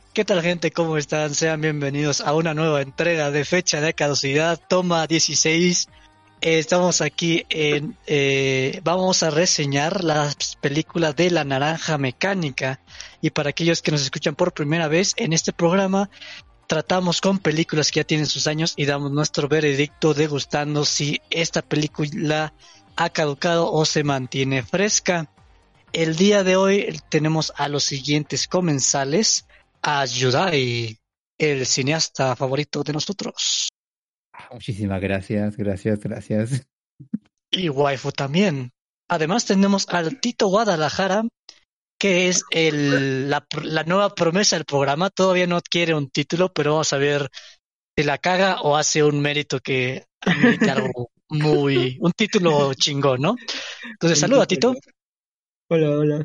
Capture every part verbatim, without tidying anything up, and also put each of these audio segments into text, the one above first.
¿Qué tal, gente? ¿Cómo están? Sean bienvenidos a una nueva entrega de Fecha de Caducidad, toma dieciséis. Eh, estamos aquí en... eh, vamos a reseñar las películas de La Naranja Mecánica. Y para aquellos que nos escuchan por primera vez, en este programa tratamos con películas que ya tienen sus años y damos nuestro veredicto degustando si esta película ha caducado o se mantiene fresca. El día de hoy tenemos a los siguientes comensales: a Yudai, el cineasta favorito de nosotros, Muchísimas gracias, gracias, gracias. y waifu también. Además tenemos al Tito Guadalajara, que es el, la, la nueva promesa del programa. Todavía no adquiere un título, pero vamos a ver si la caga o hace un mérito que amerite algo muy... un título chingón, ¿no? Entonces, saluda, Tito. Hola, hola.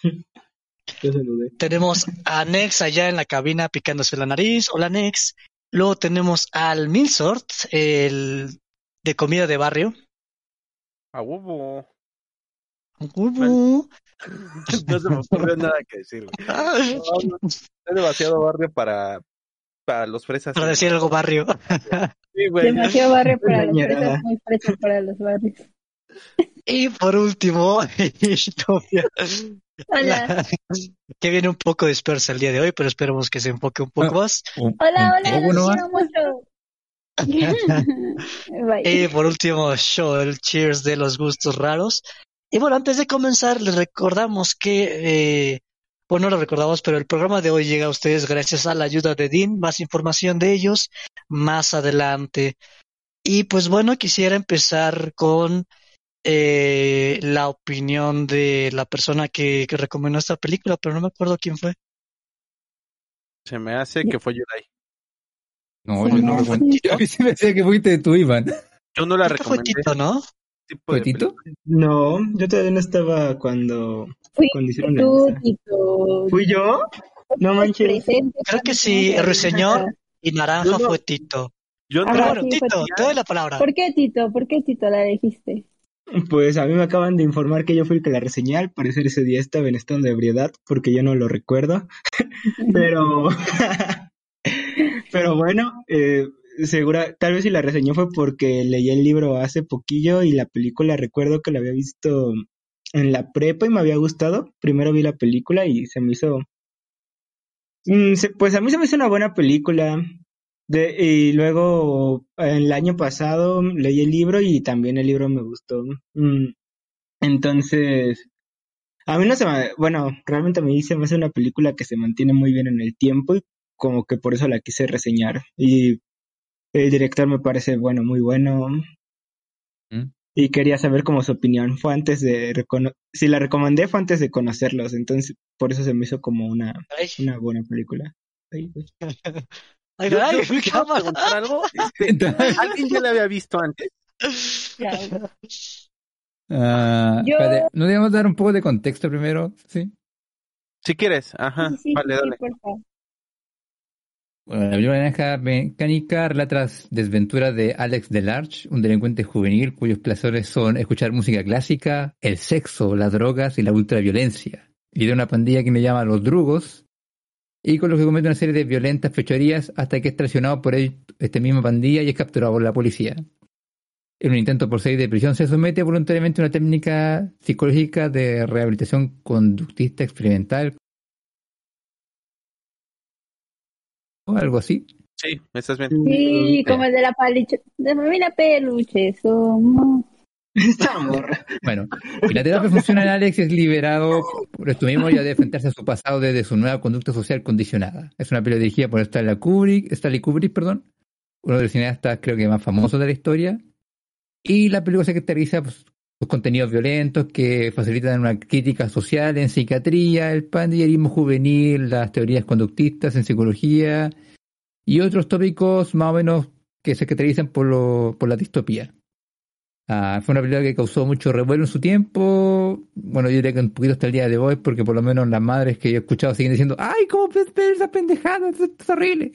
Te saludé. Tenemos a Nex allá en la cabina picándose la nariz. Hola, Nex. Luego tenemos al Milsort, el de comida de barrio. A huevo. Uh-huh. No se me ocurrió nada que decir. No, no, es demasiado barrio para, para los fresas. Para decir algo barrio. Sí, güey. Demasiado barrio para los Ñañara. fresas, muy fresa para los barrios. Y por último, Sofía, Hola, la- que viene un poco dispersa el día de hoy, pero esperemos que se enfoque un poco más. Un, hola, un hola, poco los nomás. quiero mucho. Bye. Y por último, show, el cheers de los gustos raros. Y bueno, antes de comenzar, les recordamos que, eh, bueno, no lo recordamos, pero el programa de hoy llega a ustedes gracias a la ayuda de Dean. Más información de ellos más adelante. Y pues bueno, quisiera empezar con eh, la opinión de la persona que, que recomendó esta película, pero no me acuerdo quién fue. Se me hace que fue Yudai. No, Se yo me no hace. recuerdo. Yo a mí se me decía que fuiste tú, Iván. Yo no la Creo que fue recomendé. Tito, ¿no? Tipo ¿Fue de Tito? película. No, yo todavía no estaba cuando, Fui cuando hicieron la tú, lista. Tito. ¿Fui yo? No manches. Presente Creo que cuando sí, hicimos la Ruiseñor lista. y Naranja Yo no- fue Tito. Yo no Pero Ajá, bueno, sí, fue Tito, Tito. te doy la palabra. ¿Por qué, Tito? ¿Por qué, Tito, la dijiste? Pues a mí me acaban de informar que yo fui el que la reseñé. Al parecer ese día estaba en estado de ebriedad porque yo no lo recuerdo. Pero, pero bueno, eh, segura, tal vez si la reseñó fue porque leí el libro hace poquillo y la película recuerdo que la había visto en la prepa y me había gustado. Primero vi la película y se me hizo, mm, se- pues a mí se me hizo una buena película. De, y luego el año pasado leí el libro y también el libro me gustó. Mm, Entonces, a mí no se me, bueno, realmente a mí se me hace una película que se mantiene muy bien en el tiempo y como que por eso la quise reseñar. Y el director me parece, bueno, muy bueno ¿Mm? y quería saber como su opinión. Fue antes de, recono- si la recomendé fue antes de conocerlos, entonces por eso se me hizo como una, Ay, una buena película. Ay, güey. ay, Yo, ay, yo- mi ¿puedo cámara. preguntar algo? Este, ¿Alguien ya la había visto antes? Claro. Ah, Yo, espérate, ¿no debemos dar un poco de contexto primero? Sí. Si quieres. sí, Ajá. sí, sí, Vale, sí, dale. por favor. Bueno, la película Naranja Mecánica relata las desventuras de Alex Delarge, un delincuente juvenil cuyos placeres son escuchar música clásica, el sexo, las drogas y la ultraviolencia. Y de una pandilla que le llama los Drugos, y con los que comete una serie de violentas fechorías hasta que es traicionado por ellos, esta misma pandilla y es capturado por la policía. En un intento por salir de prisión se somete voluntariamente a una técnica psicológica de rehabilitación conductista experimental o algo así. Sí, estás bien. Sí, como el de la paliche, de familia peluche, somos. Esta morra. Bueno, y la terapia funciona en Alex y es liberado por esto mismo y ha de enfrentarse a su pasado desde su nueva conducta social condicionada. Es una película dirigida por Stanley Kubrick, Stanley Kubrick, perdón, uno de los cineastas creo que más famosos de la historia. Y la película se caracteriza por sus contenidos violentos que facilitan una crítica social en psiquiatría, el pandillerismo juvenil, las teorías conductistas en psicología y otros tópicos más o menos que se caracterizan por, lo, por la distopía. Ah, fue una película que causó mucho revuelo en su tiempo. Bueno, yo diría que un poquito hasta el día de hoy, porque por lo menos las madres que yo he escuchado siguen diciendo, ¡ay, cómo puedes ver esa pendejada! Esto es horrible.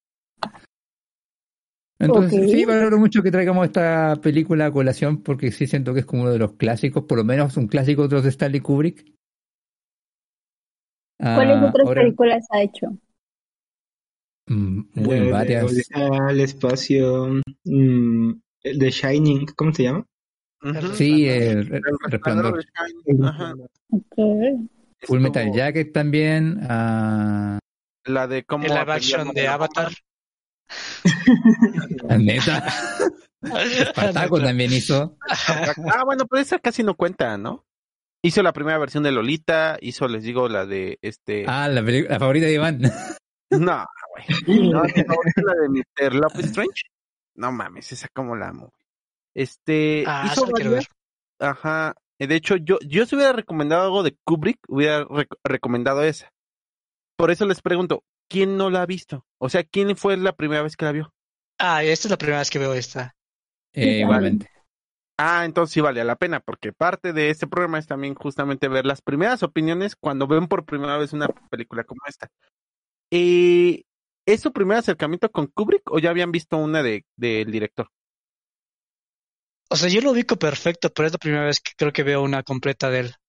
Entonces, Ok. sí, valoro mucho que traigamos esta película a colación, porque sí siento que es como uno de los clásicos, por lo menos un clásico de otros de Stanley Kubrick. ¿Cuáles Ah, otras ahora, películas ha hecho? Mm, La Muy de varias. Odisea al espacio, mm, The Shining, ¿cómo se llama? Ujú. Sí, Resplandor. el re- El resplandor de Resplandor. Shine. Ajá. Ok. Full Metal Estuvo Jacket también. ah, la de El cómo live aprendí a action armar de una Avatar. bomba. neta. Espartaco Neta. también hizo. Ah, bueno, pero esa casi no cuenta, ¿no? Hizo la primera versión de Lolita, hizo, les digo, la de este. Ah, la, peli- la favorita de Iván. No, güey. No, mi favorita es la de míster Love Strange. No mames, esa como la amo. Este, Ah, hizo eso lo quiero ver. varias. Ajá. Eh, De hecho, yo, yo si hubiera recomendado algo de Kubrick, hubiera rec- recomendado esa. Por eso les pregunto, ¿quién no la ha visto? O sea, ¿quién fue la primera vez que la vio? Ah, esta es la primera vez que veo esta. Eh, igualmente. Ah, entonces sí vale la pena, porque parte de este programa es también justamente ver las primeras opiniones cuando ven por primera vez una película como esta. Eh, ¿Es su primer acercamiento con Kubrick o ya habían visto una de del director? O sea, yo lo ubico perfecto, pero es la primera vez que creo que veo una completa de él.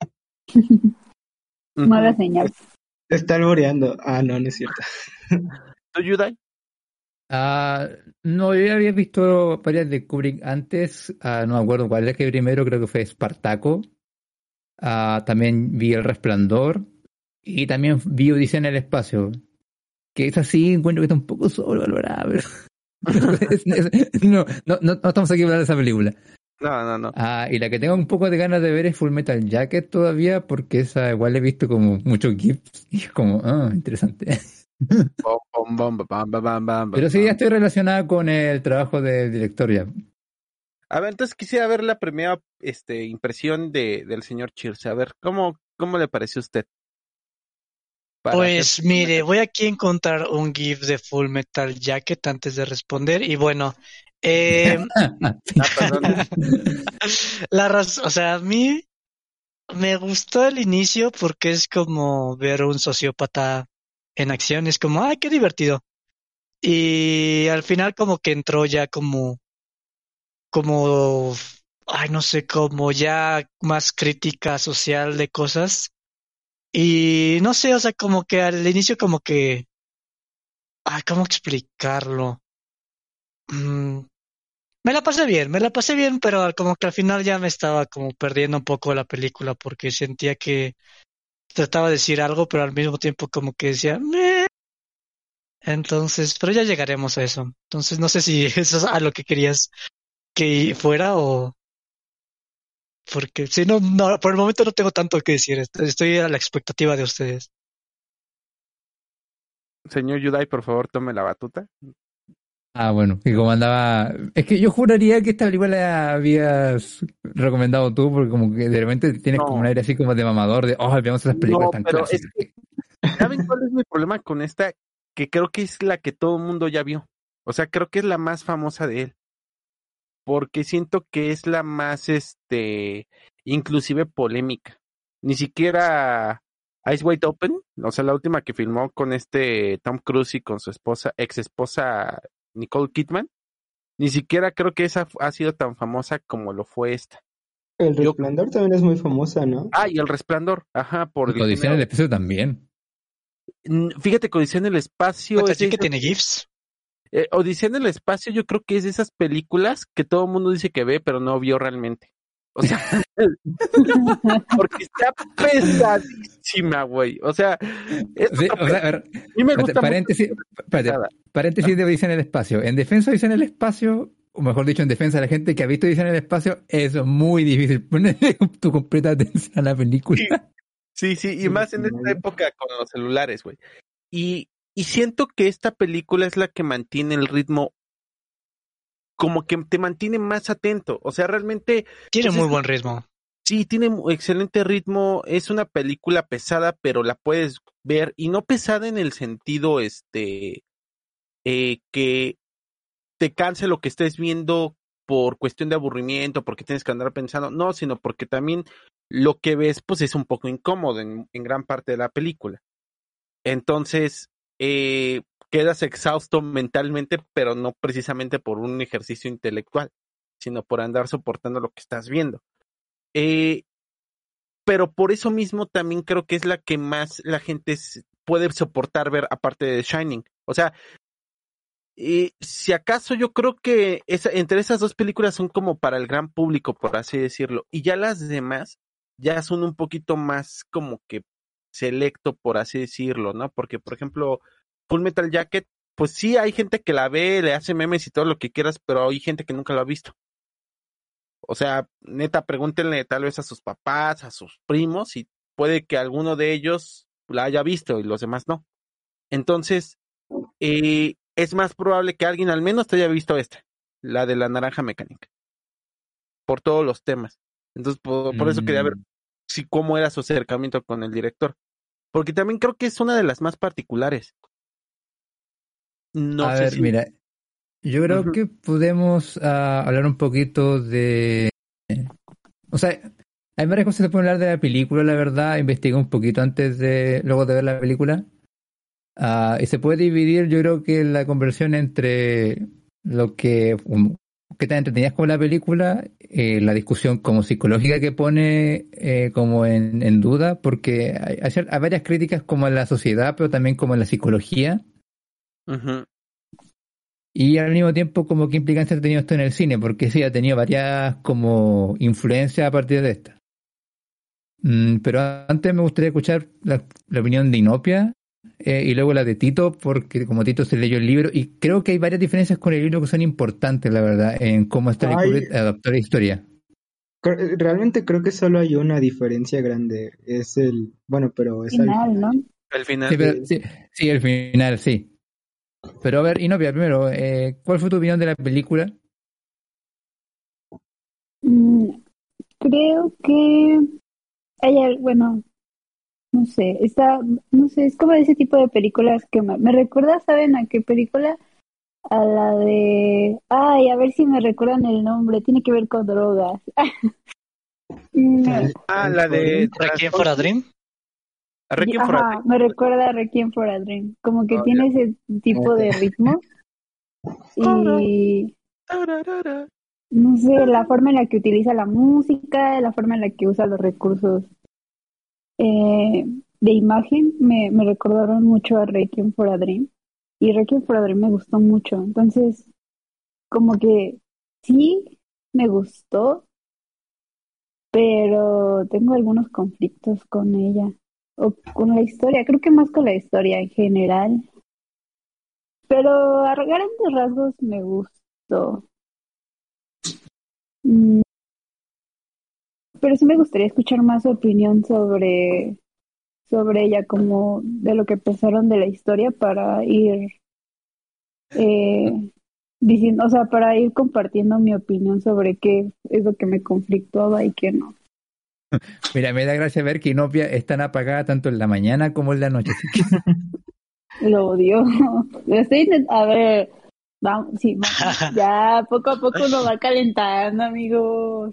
Mala Ujú. señal. Está alboreando. Ah, no, no es cierto. ¿Tú, Yudai? Ah, no, yo ya había visto varias de Kubrick antes. Ah, no me acuerdo cuál es que primero, creo que fue Espartaco. Ah, también vi El Resplandor. Y también vi Odisea en el Espacio. Que es así, encuentro que está un poco sobrevalorada, pero. pero es- es- no, no, no, no estamos aquí para hablar de esa película. No, no, no. Ah, y la que tengo un poco de ganas de ver es Full Metal Jacket todavía, porque esa igual he visto como muchos GIFs y es como, ah, interesante. Bom, bom, bom, bam, bam, bam, bam, Pero sí, ya bam. estoy relacionada con el trabajo del director ya. A ver, entonces quisiera ver la primera este, impresión de, del señor Cheers. A ver, ¿cómo, cómo le pareció a usted? Para hacer Pues mire, voy aquí a encontrar un GIF de Full Metal Jacket antes de responder. Y bueno, eh, Ah, perdón. la razón, o sea, a mí me gustó el inicio porque es como ver un sociópata en acción. Es como, ay, qué divertido. Y al final como que entró ya como, como, ay, no sé, como ya más crítica social de cosas. Y no sé, o sea, como que al inicio como que, ay, ¿cómo explicarlo? Mm, me la pasé bien, me la pasé bien, pero como que al final ya me estaba como perdiendo un poco la película porque sentía que trataba de decir algo, pero al mismo tiempo como que decía, "Meh". Entonces, pero ya llegaremos a eso. Entonces, no sé si eso es a lo que querías que fuera o porque si no, no, por el momento no tengo tanto que decir. Est- Estoy a la expectativa de ustedes. Señor Yudai, por favor, tome la batuta. Ah, bueno, que como andaba. Es que yo juraría que esta película la habías recomendado tú, porque como que de repente tienes como un No, aire así como de mamador, de, oh, veamos esas películas no, tan pero es clásicas. que, ¿saben cuál es mi problema con esta? Que creo que es la que todo el mundo ya vio. O sea, creo que es la más famosa de él. Porque siento que es la más, este, inclusive polémica. Ni siquiera Eyes Wide Open, o sea, la última que filmó con este Tom Cruise y con su esposa, ex esposa Nicole Kidman, ni siquiera creo que esa ha sido tan famosa como lo fue esta. El Yo, Resplandor también es muy famosa, ¿no? ah, y El Resplandor, ajá, por el Odisea en el género. Espacio también. Mm, Fíjate que Odisea en el espacio Cuenta es de aquí que esas, tiene GIFs. eh, Odisea en el espacio yo creo que es de esas películas que todo el mundo dice que ve, pero no vio realmente. O sea, porque está pesadísima, güey. O sea, es Sí, otro o sea, pedo. a ver, A mí me espérate, gusta mucho paréntesis, la espérate, pesada. paréntesis de Odisea en el Espacio. En defensa de Odisea en el Espacio, o mejor dicho, en defensa de la gente que ha visto Odisea en el Espacio, es muy difícil ponerle tu completa atención a la película. Sí, sí, sí, y más en esta época con los celulares, güey. Y, y siento que esta película es la que mantiene el ritmo, como que te mantiene más atento. O sea, realmente, Tiene pues muy es, buen ritmo. sí, tiene mu- excelente ritmo. Es una película pesada, pero la puedes ver, y no pesada en el sentido, este, eh, que te canse lo que estés viendo por cuestión de aburrimiento, porque tienes que andar pensando, no, sino porque también lo que ves, pues es un poco incómodo en, en gran parte de la película. Entonces, eh, quedas exhausto mentalmente, pero no precisamente por un ejercicio intelectual, sino por andar soportando lo que estás viendo. Eh, pero por eso mismo también creo que es la que más la gente puede soportar ver aparte de Shining. O sea, y si acaso yo creo que esa, entre esas dos películas son como para el gran público, por así decirlo, y ya las demás ya son un poquito más como que selecto, por así decirlo, ¿no? Porque, por ejemplo, Full Metal Jacket, pues sí, hay gente que la ve, le hace memes y todo lo que quieras, pero hay gente que nunca lo ha visto. O sea, neta, pregúntenle tal vez a sus papás, a sus primos, y puede que alguno de ellos la haya visto y los demás no. Entonces, eh, es más probable que alguien al menos te haya visto esta, la de la naranja mecánica, por todos los temas. Entonces, por, por eso quería ver Mm. si cómo era su acercamiento con el director. Porque también creo que es una de las más particulares. No A sé ver, si... mira, yo creo Ujú. que podemos ah, hablar un poquito de... O sea, hay varias cosas que se pueden hablar de la película, la verdad. Investigué un poquito antes de, luego de ver la película. Ah, y se puede dividir, yo creo que la conversión entre lo que, um, que tan entretenida es como la película, eh, la discusión como psicológica que pone eh, como en, en duda, porque hay, hay cier- hay varias críticas como en la sociedad, pero también como en la psicología. Ujú. Y al mismo tiempo, como qué implicancia ha tenido esto en el cine, porque sí, ha tenido varias como influencias a partir de esta. Mm, pero antes me gustaría escuchar la, la opinión de Inopia eh, y luego la de Tito, porque como Tito se leyó el libro, y creo que hay varias diferencias con el libro que son importantes, la verdad, en cómo Stanley Ay, Kubrick adaptó la historia. cre- realmente creo que solo hay una diferencia grande. Es el, bueno, pero es al Final, ¿no? final. Al Sí, final. pero, Sí. sí, sí, el final, sí. Pero a ver, Inopia, primero, eh, ¿cuál fue tu opinión de la película? Mm, creo que hay, al- bueno, no sé, está, no sé, es como de ese tipo de películas que me, me recuerda, ¿saben a qué película? A la de, ay, a ver si me recuerdan el nombre, tiene que ver con drogas. Mm, Trans- Ah, la de Transformers. Requiem for a Transporte. Dream. A y- Requiem for a ajá, Dream. me recuerda a Requiem for a Dream, como que Oh, ya. tiene ese tipo de ritmo y Tararara. no sé, la forma en la que utiliza la música, la forma en la que usa los recursos eh, de imagen, me, me recordaron mucho a Requiem for a Dream y Requiem for a Dream me gustó mucho, entonces como que sí me gustó, pero tengo algunos conflictos con ella o con la historia, creo que más con la historia en general, pero a grandes rasgos me gustó. Mm, pero sí me gustaría escuchar más su opinión sobre, sobre ella, como de lo que pensaron de la historia para ir eh, diciendo, o sea, para ir compartiendo mi opinión sobre qué es lo que me conflictuaba y qué no. Mira, me da gracia ver que Inopia es tan apagada tanto en la mañana como en la noche, así que Lo odio. Lo estoy intent- a ver, vamos, sí, va- ya poco a poco uno va calentando, amigos.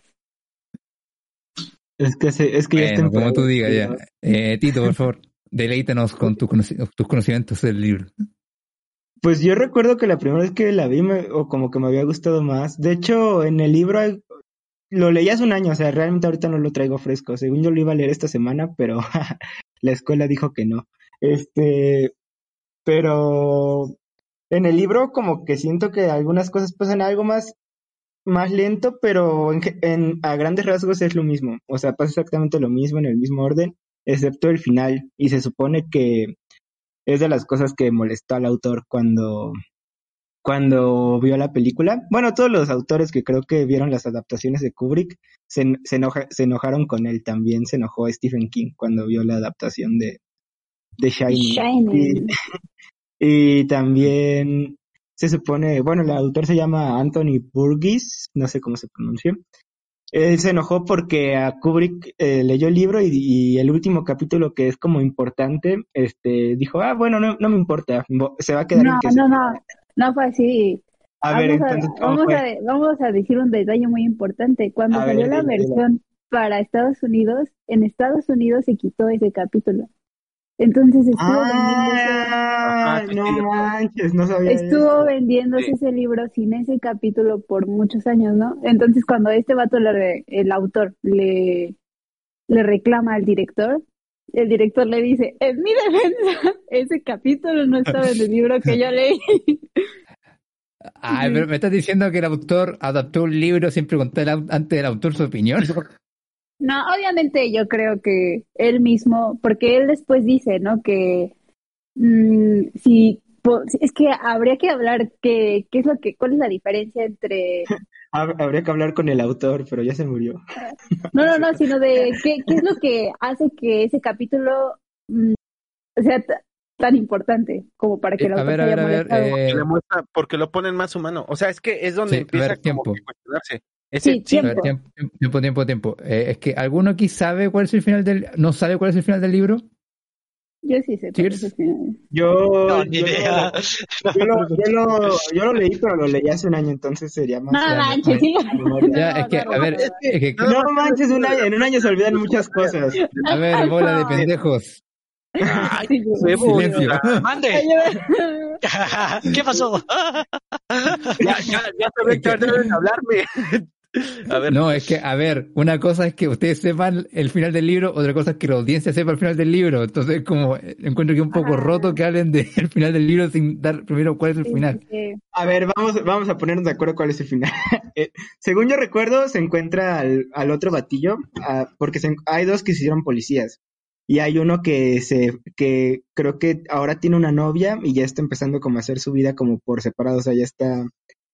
Es que, se- es que ya es bueno, como temporada tú de digas frío. ya. Eh, Tito, por favor, deleítanos con tu conoci- tus conocimientos del libro. Pues yo recuerdo que la primera vez que la vi, me- o como que me había gustado más. De hecho, en el libro hay- lo leí hace un año, o sea, realmente ahorita no lo traigo fresco. Según yo lo iba a leer esta semana, pero la escuela dijo que no. Este, pero en el libro como que siento que algunas cosas pasan algo más, más lento, pero en, ge- en- a grandes rasgos es lo mismo. O sea, pasa exactamente lo mismo en el mismo orden, excepto el final. Y se supone que es de las cosas que molestó al autor cuando cuando vio la película. Bueno, todos los autores que creo que vieron las adaptaciones de Kubrick se, en- se, enoja- se enojaron con él. También se enojó Stephen King cuando vio la adaptación de, de Shining. Y, Shining. y también se supone, bueno, el autor se llama Anthony Burgess, no sé cómo se pronuncia. Él se enojó porque a Kubrick eh, leyó el libro y, y el último capítulo que es como importante, este, dijo, ah, bueno, no, no me importa, vo- se va a quedar en No, que se... no, no, no fue así. A ver, Vamos a, entonces, ¿cómo vamos a, fue? vamos a decir un detalle muy importante. Cuando A salió ver, la dilo, dilo. versión para Estados Unidos, en Estados Unidos se quitó ese capítulo. Entonces estuvo vendiéndose, Ajá, Ah, sí, no sí. manches, no sabía estuvo eso. vendiéndose Sí. ese libro sin ese capítulo por muchos años, ¿no? Entonces cuando este vato, le re- el autor, le, le reclama al director, el director le dice, en mi defensa, ese capítulo no estaba en el libro que yo leí. Ay, pero me estás diciendo que el autor adaptó un libro sin preguntar au- antes del autor su opinión. No, obviamente yo creo que él mismo, porque él después dice, ¿no? Que mm, si po- es que habría que hablar que qué es lo que, cuál es la diferencia entre Hab- Habría que hablar con el autor, pero ya se murió. no, no, no, sino de qué, qué es lo que hace que ese capítulo mm, sea t- tan importante como para que Eh, el A autor ver, se a haya ver, a ver. molestado. eh, Que le muestra, porque lo ponen más humano. O sea, es que es donde sí, a empieza ver, como tiempo. que cuestionarse. Ese Sí, sí, A ver, tiempo. tiempo, tiempo, tiempo, tiempo. Eh, es que ¿alguno aquí sabe cuál es el final del... ¿No sabe cuál es el final del libro? Yo sí sé cuál es el Cheers. final. Yo, No, ni yo, idea. lo, yo, lo, yo, lo, yo lo leí, pero lo leí hace un año, entonces sería No más Ya, me- manches, me- sí. memoria. ya, No, es que, no, a ver, no, Es no. que, es que, no manches, un año, en un año se olvidan muchas cosas. a ver, bola de No. pendejos. ay, Sí, yo- huevos. Silencio. Mande. Ayuda. ¿Qué pasó? Ya, ya, ya se ve Es que- que deben hablarme. A ver, No, es que, a ver, una cosa es que ustedes sepan el final del libro, otra cosa es que la audiencia sepa el final del libro. Entonces, como eh, encuentro que es un poco Ajá. roto que hablen del final del libro sin dar primero cuál es el Sí, final. sí, sí. A ver, vamos, vamos a ponernos de acuerdo cuál es el final. Eh, según yo recuerdo, se encuentra al, al otro batillo, ah, porque se en- hay dos que se hicieron policías. Y hay uno que se, que creo que ahora tiene una novia y ya está empezando como a hacer su vida como por separado, o sea, ya está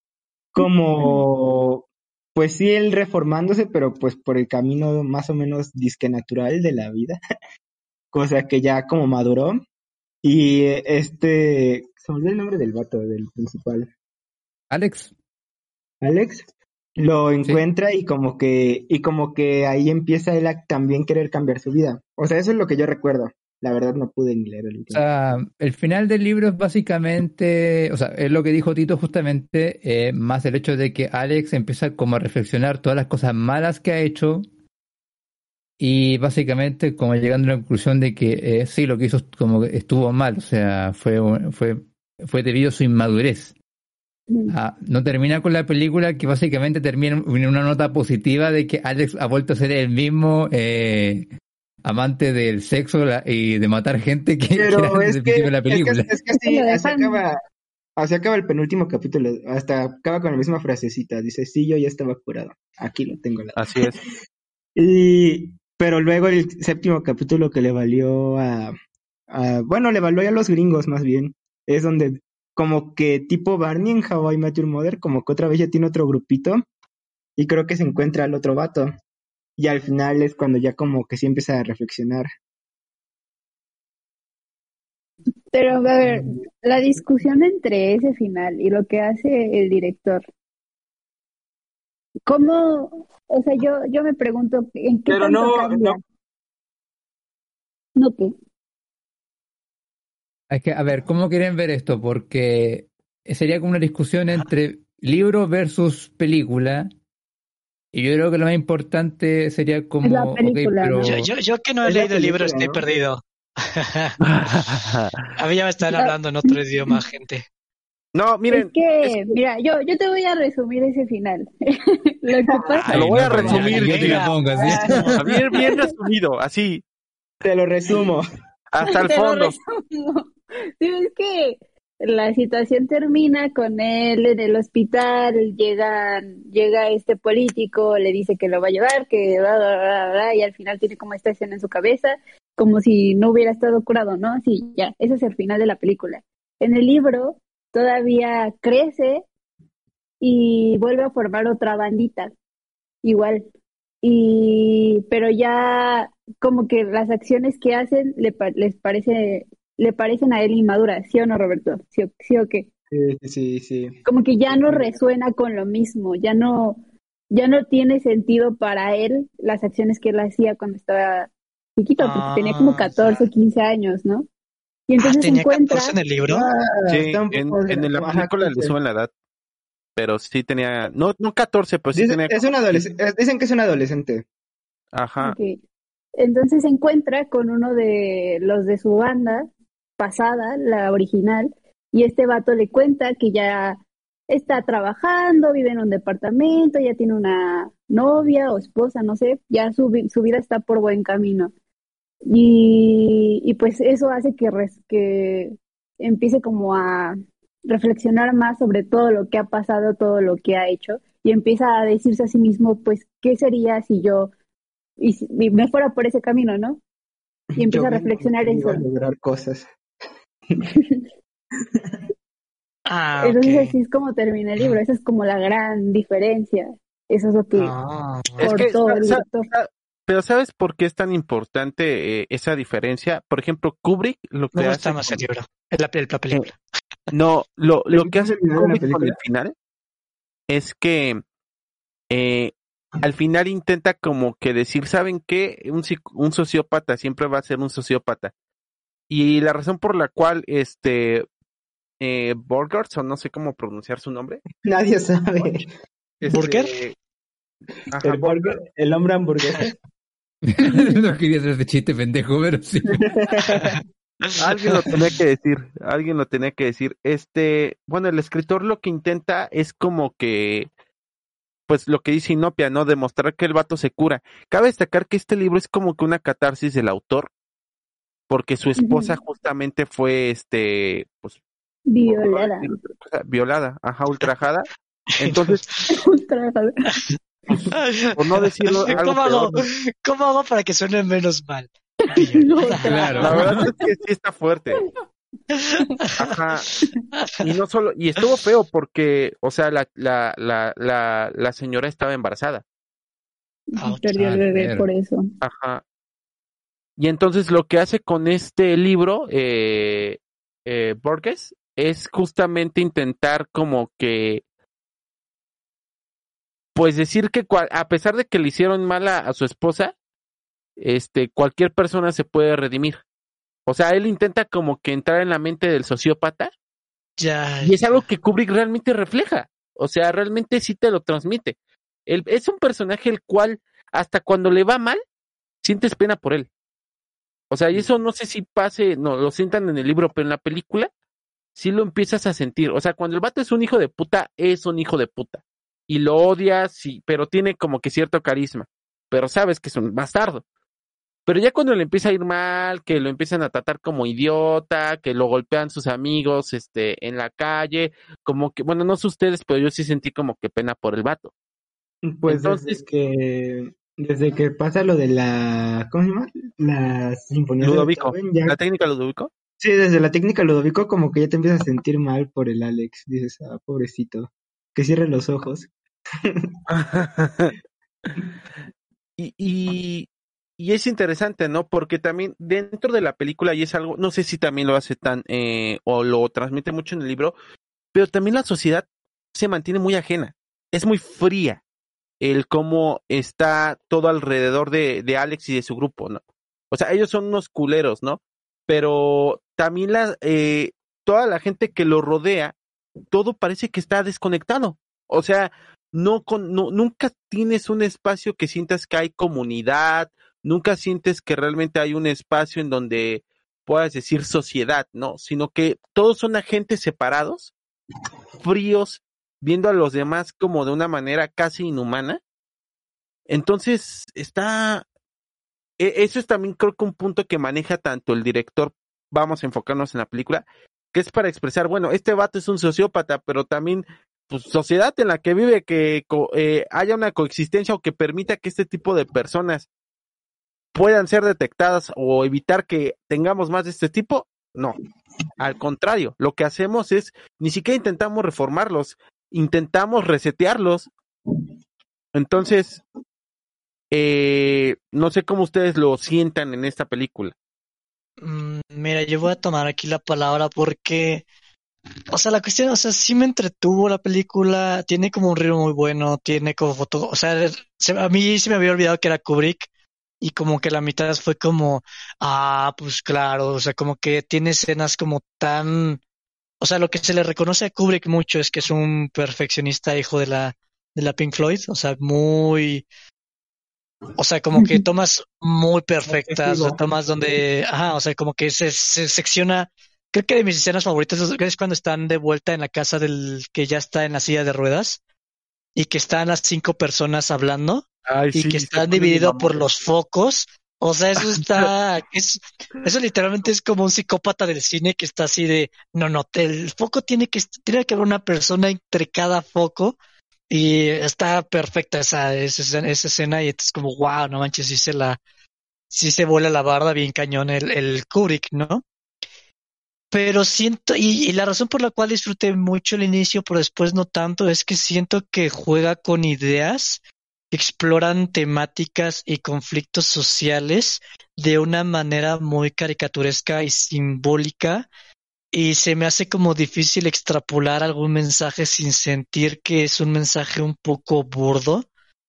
como, pues sí, él reformándose, pero pues por el camino más o menos disque natural de la vida, cosa que ya como maduró. Y eh, este, se me olvidó el nombre del vato, del principal. Alex, Alex lo sí. encuentra y como que y como que ahí empieza él a también querer cambiar su vida. O sea, eso es lo que yo recuerdo. La verdad no pude ni leer el O último. sea, el final del libro es básicamente, o sea, es lo que dijo Tito justamente, eh, más el hecho de que Alex empieza como a reflexionar todas las cosas malas que ha hecho y básicamente como llegando a la conclusión de que eh, sí, lo que hizo como que estuvo mal, o sea, fue, fue, fue debido a su inmadurez. Ah, no termina con la película que básicamente termina en una nota positiva de que Alex ha vuelto a ser el mismo eh, amante del sexo la- y de matar gente que, que era Pero desde es el que principio de la es que película. es que Es que así, lo así dejan. acaba así acaba el penúltimo capítulo, hasta acaba con la misma frasecita, dice, "Sí, yo ya estaba curado. Aquí lo tengo la." así es. Y pero luego el séptimo capítulo que le valió a, a bueno, le valió a los gringos más bien, es donde como que tipo Barney en How I Met Your Mother, como que otra vez ya tiene otro grupito y creo que se encuentra al otro vato. Y al final es cuando ya como que sí empieza a reflexionar. Pero a ver, la discusión entre ese final y lo que hace el director, ¿cómo? O sea, yo, yo me pregunto, ¿en qué Pero tanto no, cambia? no, No, ¿qué? Es que, a ver, ¿cómo quieren ver esto? Porque sería como una discusión entre libro versus película. Y yo creo que lo más importante sería Es la como, ok, película, ¿no? Yo, pero yo, yo que no he es la leído el libro película, estoy ¿no? perdido. A mí ya me están La- hablando en otro idioma, gente. No, es miren, es que, mira, yo, yo te voy a resumir ese final. Lo que pasa, Te lo voy a pero resumir, yo te la venga. pongo así. a bien, bien resumido, así, Te lo resumo. hasta el te lo fondo. resumo. Sí, es que la situación termina con él en el hospital, llegan, llega este político, le dice que lo va a llevar, que bla, bla, bla, bla, y al final tiene como esta escena en su cabeza, como si no hubiera estado curado, ¿no? Sí, ya, ese es el final de la película. En el libro todavía crece y vuelve a formar otra bandita, igual. Y, pero ya como que las acciones que hacen le, pa- les parece, le parecen a él inmaduras, ¿sí o no, Roberto? ¿Sí o, sí o qué? Sí, sí, sí. Como que ya no resuena con lo mismo, ya no, ya no tiene sentido para él las acciones que él hacía cuando estaba chiquito, porque tenía como Ah, catorce, ya. quince años, ¿no? Y Ah, entonces se tenía encuentra, catorce en el libro. Ah, Sí, está un en, poco... en la Ajá, película le quince. suben la edad, pero sí tenía, no, no catorce, pero sí Dice- tenía es un como adolescente, dicen que es un adolescente. Ajá. ok, entonces se encuentra con uno de los de su banda pasada, la original, y este vato le cuenta que ya está trabajando, vive en un departamento, ya tiene una novia o esposa, no sé, ya su, vi- su vida está por buen camino. Y, y pues eso hace que, res- que empiece como a reflexionar más sobre todo lo que ha pasado, todo lo que ha hecho, y empieza a decirse a sí mismo, pues, ¿qué sería si yo y, si- y me fuera por ese camino, ¿no? Y Yo empieza a bien reflexionar que iba a eso. lograr cosas. Ah, ok. Entonces así es como termina el libro, esa es como la gran diferencia. Eso es lo que Ah, Es que, cortó sa- el sa- director. sa- pero ¿sabes por qué es tan importante eh, esa diferencia? Por ejemplo, Kubrick lo me que gusta hace más el con... libro, el- la, la eh, película. no, lo, ¿Te lo que gustó hace el final de la Kubrick con el película? final es que eh, al final intenta como que decir, ¿saben qué? Un, psic- un sociópata siempre va a ser un sociópata. Y la razón por la cual este eh, Borgers, o no sé cómo pronunciar su nombre, Nadie sabe. ¿Burger? este, ajá, El burger, Borgers, el hombre hamburguesas. No quería hacer ese chiste pendejo, pero sí. alguien lo tenía que decir, alguien lo tenía que decir. Este, bueno, el escritor lo que intenta es como que, pues lo que dice Inopia, ¿no? Demostrar que el vato se cura. Cabe destacar que este libro es como que una catarsis del autor, porque su esposa Ujú. justamente fue, este, pues, por no Violada. decir otra cosa, violada, ajá, ultrajada. Entonces, Ultrajada. pues, por no decirlo algo ¿Cómo peor, hago, ¿Cómo hago para que suene menos mal? Violada. Claro. la verdad es que sí está fuerte. Ajá. Y no solo, y estuvo feo porque, o sea, la, la, la, la, la señora estaba embarazada. Ouch. Perdió Ah, el bebé pero. por eso. Ajá. Y entonces lo que hace con este libro, eh, eh, Borges, es justamente intentar como que, pues decir que cua- a pesar de que le hicieron mal a, a su esposa, este, cualquier persona se puede redimir. O sea, él intenta como que entrar en la mente del sociópata Ya, y es algo ya. que Kubrick realmente refleja. O sea, realmente sí te lo transmite. Él, es un personaje el cual, hasta cuando le va mal, sientes pena por él. O sea, y eso no sé si pase, no, lo sientan en el libro, pero en la película sí lo empiezas a sentir. O sea, cuando el vato es un hijo de puta, es un hijo de puta. Y lo odias, sí, pero tiene como que cierto carisma. Pero sabes que es un bastardo. Pero ya cuando le empieza a ir mal, que lo empiezan a tratar como idiota, que lo golpean sus amigos, este, en la calle, como que, bueno, no sé ustedes, pero yo sí sentí como que pena por el vato. Pues desde Entonces, que desde que pasa lo de la, ¿cómo se llama? Las sinfonías de Ludovico, Beethoven, ya, la técnica Ludovico. sí, desde la técnica Ludovico como que ya te empiezas a sentir mal por el Alex, dices, ah, pobrecito, que cierre los ojos. y, y, y es interesante, ¿no? Porque también dentro de la película, y es algo, no sé si también lo hace tan, eh, o lo transmite mucho en el libro, pero también la sociedad se mantiene muy ajena, es muy fría el cómo está todo alrededor de, de Alex y de su grupo, ¿no? O sea, ellos son unos culeros, ¿no? Pero también la, eh, toda la gente que lo rodea, todo parece que está desconectado. O sea, no, con, no nunca tienes un espacio que sientas que hay comunidad, nunca sientes que realmente hay un espacio en donde puedas decir sociedad, ¿no? Sino que todos son agentes separados, fríos, viendo a los demás como de una manera casi inhumana. Entonces, está, e- eso es también creo que un punto que maneja tanto el director, vamos a enfocarnos en la película, que es para expresar, bueno, este vato es un sociópata, pero también, pues, sociedad en la que vive, que co- eh, haya una coexistencia o que permita que este tipo de personas puedan ser detectadas o evitar que tengamos más de este tipo, no. Al contrario, lo que hacemos es, ni siquiera intentamos reformarlos, intentamos resetearlos. Entonces, eh, no sé cómo ustedes lo sientan en esta película. Mm, Mira, yo voy a tomar aquí la palabra porque, o sea, la cuestión, o sea, sí me entretuvo la película, tiene como un ritmo muy bueno, tiene como foto, o sea, se- a mí se me había olvidado que era Kubrick y como que la mitad fue como, ah, pues claro, o sea, como que tiene escenas como tan, o sea, lo que se le reconoce a Kubrick mucho es que es un perfeccionista hijo de la, de la Pink Floyd, o sea, muy, o sea, como que tomas muy perfectas, o sea, Obsesivo. tomas donde, ajá, o sea, como que se, se secciona. Creo que de mis escenas favoritas es es cuando están de vuelta en la casa del que ya está en la silla de ruedas y que están las cinco personas hablando Ay, y que sí, se están ponen de divididos por mamones. los focos. O sea, eso está, es, eso literalmente es como un psicópata del cine que está así de, no, no, el foco tiene que, tiene que haber una persona entre cada foco y está perfecta esa, esa, esa escena y es como, wow, no manches, sí se la, sí se vuela la barda bien cañón el, el Kubrick, ¿no? Pero siento, y, y la razón por la cual disfruté mucho el inicio, pero después no tanto, es que siento que juega con ideas que exploran temáticas y conflictos sociales de una manera muy caricaturesca y simbólica, y se me hace como difícil extrapolar algún mensaje sin sentir que es un mensaje un poco burdo.